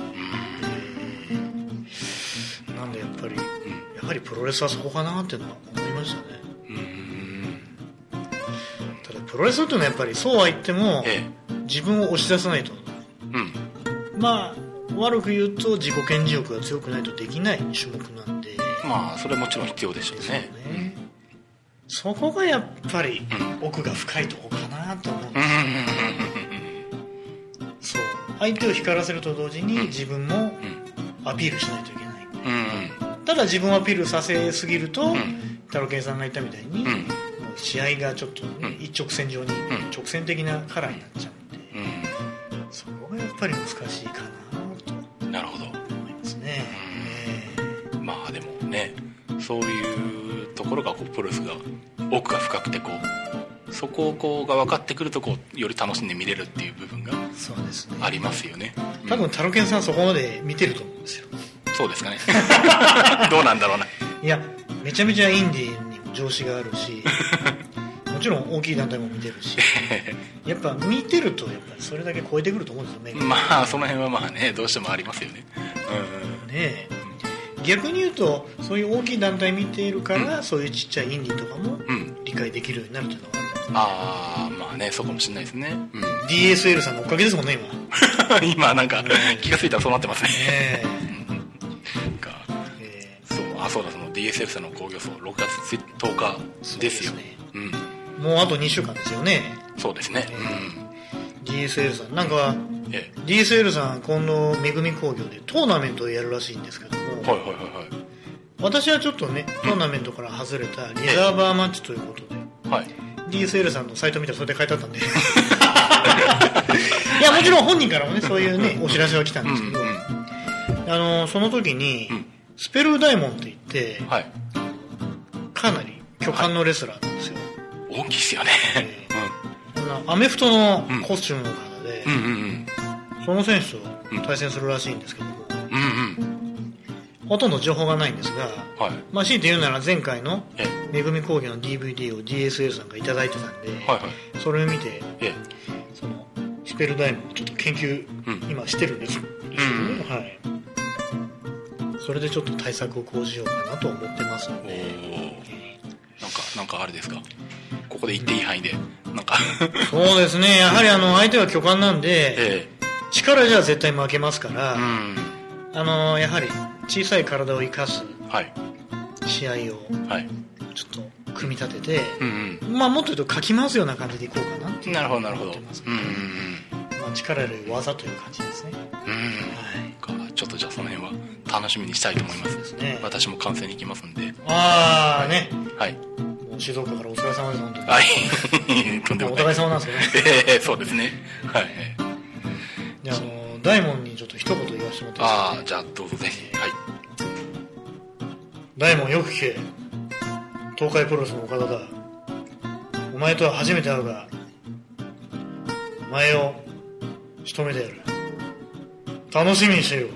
うん、なんでやっぱり、うん、やはりプロレスはそこかなっていうのは思いましたね。うん、ただプロレスっていうのはやっぱりそうは言っても、ええ、自分を押し出さないと、うん、まあ悪く言うと自己顕示欲が強くないとできない種目なんで、 まあそれはもちろん必要でしょうね。 ね、うん、そこがやっぱり奥が深いところかなと思うんですよ、うん、そう相手を光らせると同時に自分もアピールしないといけない、うん、ただ自分をアピールさせすぎると、うん、太郎健さんが言ったみたいに、うん、試合がちょっと、ね、うん、一直線上に直線的なカラーになっちゃうんで、うん、そこがやっぱり難しいかなと。 なるほど思いますね、 うん、まあでもねそういうところがこうプロレスが奥が深くてこうそこをこうが分かってくるとこうより楽しんで見れるっていう部分がありますよね。 多分タロケンさんそこまで見てると思うんですよ。 そうですかねどうなんだろうな。 いやめちゃめちゃインディーにも常識があるしもちろん大きい団体も見てるしやっぱ見てるとやっぱりそれだけ超えてくると思うんですよね。 まあその辺はまあねどうしてもありますよね、 うん、ねえ逆に言うとそういう大きい団体見ているから、うん、そういうちっちゃいインディーとかも理解できるようになるというのがある、 うん、ああまあねそうかもしれないですね、 うん、ディーエスエル さんのおかげですもんね今今なんか気がついたらそうなってますね、えーかえー、そうあそうだその ディーエスエル さんの興行数ろくがつとおかですよ。そうですね、 うん、もうあとにしゅうかんですよね。 そうですね、 えーうん、ディーエスエル さんなんか、ええ、ディーエスエル さん今度めぐみ工業でトーナメントをやるらしいんですけども、はいはいはいはい、私はちょっとねトーナメントから外れたリザーバーマッチということで、はい、ディーエスエル さんのサイト見たらそれで書いてあったんでいやもちろん本人からもねそういうねお知らせは来たんですけど、うんうん、あのその時に、うん、スペルダイモンって言って、はい、かなり巨漢のレスラーなんですよ、 はい、大きいですよね、 えーうん、アメフトのコスチュームの方で、うんうんうんうんその選手と対戦するらしいんですけども、うんうん、ほとんど情報がないんですが、はいまあ、強いて言うなら前回のめぐみ工業の ディーブイディー を ディーエスエル さんがいただいてたんで、はいはい、それを見てそのスペルダイモンをちょっと研究、うん、今してるんですよ、うんうんはい、それでちょっと対策を講じようかなと思ってますので。 なんか、なんかあれですかここで言っていい範囲でなんかそうですねやはりあの相手は巨漢なんで、ええ力じゃ絶対負けますから、うん、あのやはり小さい体を生かす試合をちょっと組み立てて、はいうんうん、まあもっと言うとかき回すような感じでいこうかなってなるほどなるほど、 うんうんまあ、力より技という感じですね、 うんはい、ちょっとじゃあその辺は楽しみにしたいと思います。そうですね、私も観戦に行きますんで。 ああねはい静岡からお疲れ様です本当に。 はいとんでもないお互い様なんですよね、 えー、そうですねはいあの大門にちょっと一言言わせてもらっていいですか、ね、 ああじゃあどうぞぜひ。はい大門よく聞け東海プロレスの岡田だお前とは初めて会うがお前を仕留めてやる楽しみにしている。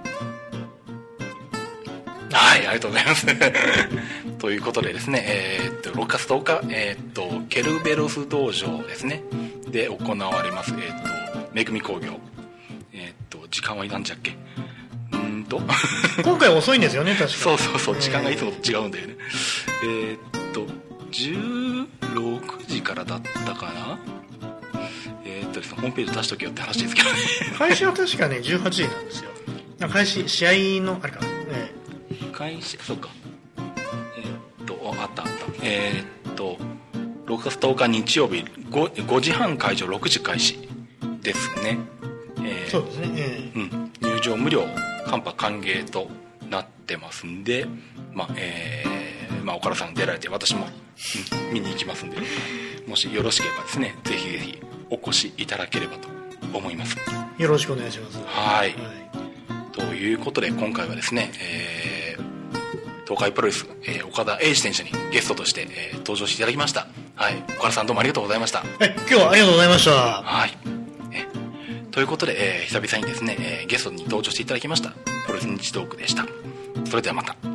はいありがとうございますということでですね、えー、っとろくがつとおか、えー、っとケルベロス道場ですねで行われます、えー、っとめぐみ工業えー、っと時間は何時だっけうーんと今回遅いんですよね確かそうそうそう時間がいつもと違うんだよね、えー、っとじゅうろくじからだったかなえー、っとですねホームページ出しとけよって話ですけどね開始は確かねじゅうはちじなんですよ開始試合のあれか、えー、開始そうかえー、っとあったあったえー、っとろくがつとおか日曜日 5, ごじはん会場ろくじ開始ですね、 えー、そうですね、えーうん、入場無料カンパ歓迎となってますんで、まあえーまあ、岡田さん出られて私も、うん、見に行きますんでもしよろしければですねぜひぜひお越しいただければと思います。 よろしくお願いします。 はい、はい、ということで今回はですね、えー東海プロレス、えー、岡田英二選手にゲストとして、えー、登場していただきました。はい、岡田さんどうもありがとうございました。はい、 今日はありがとうございました。 はい、えということで、えー、久々にですね、えー、ゲストに登場していただきましたプロレス日トークでした。それではまた。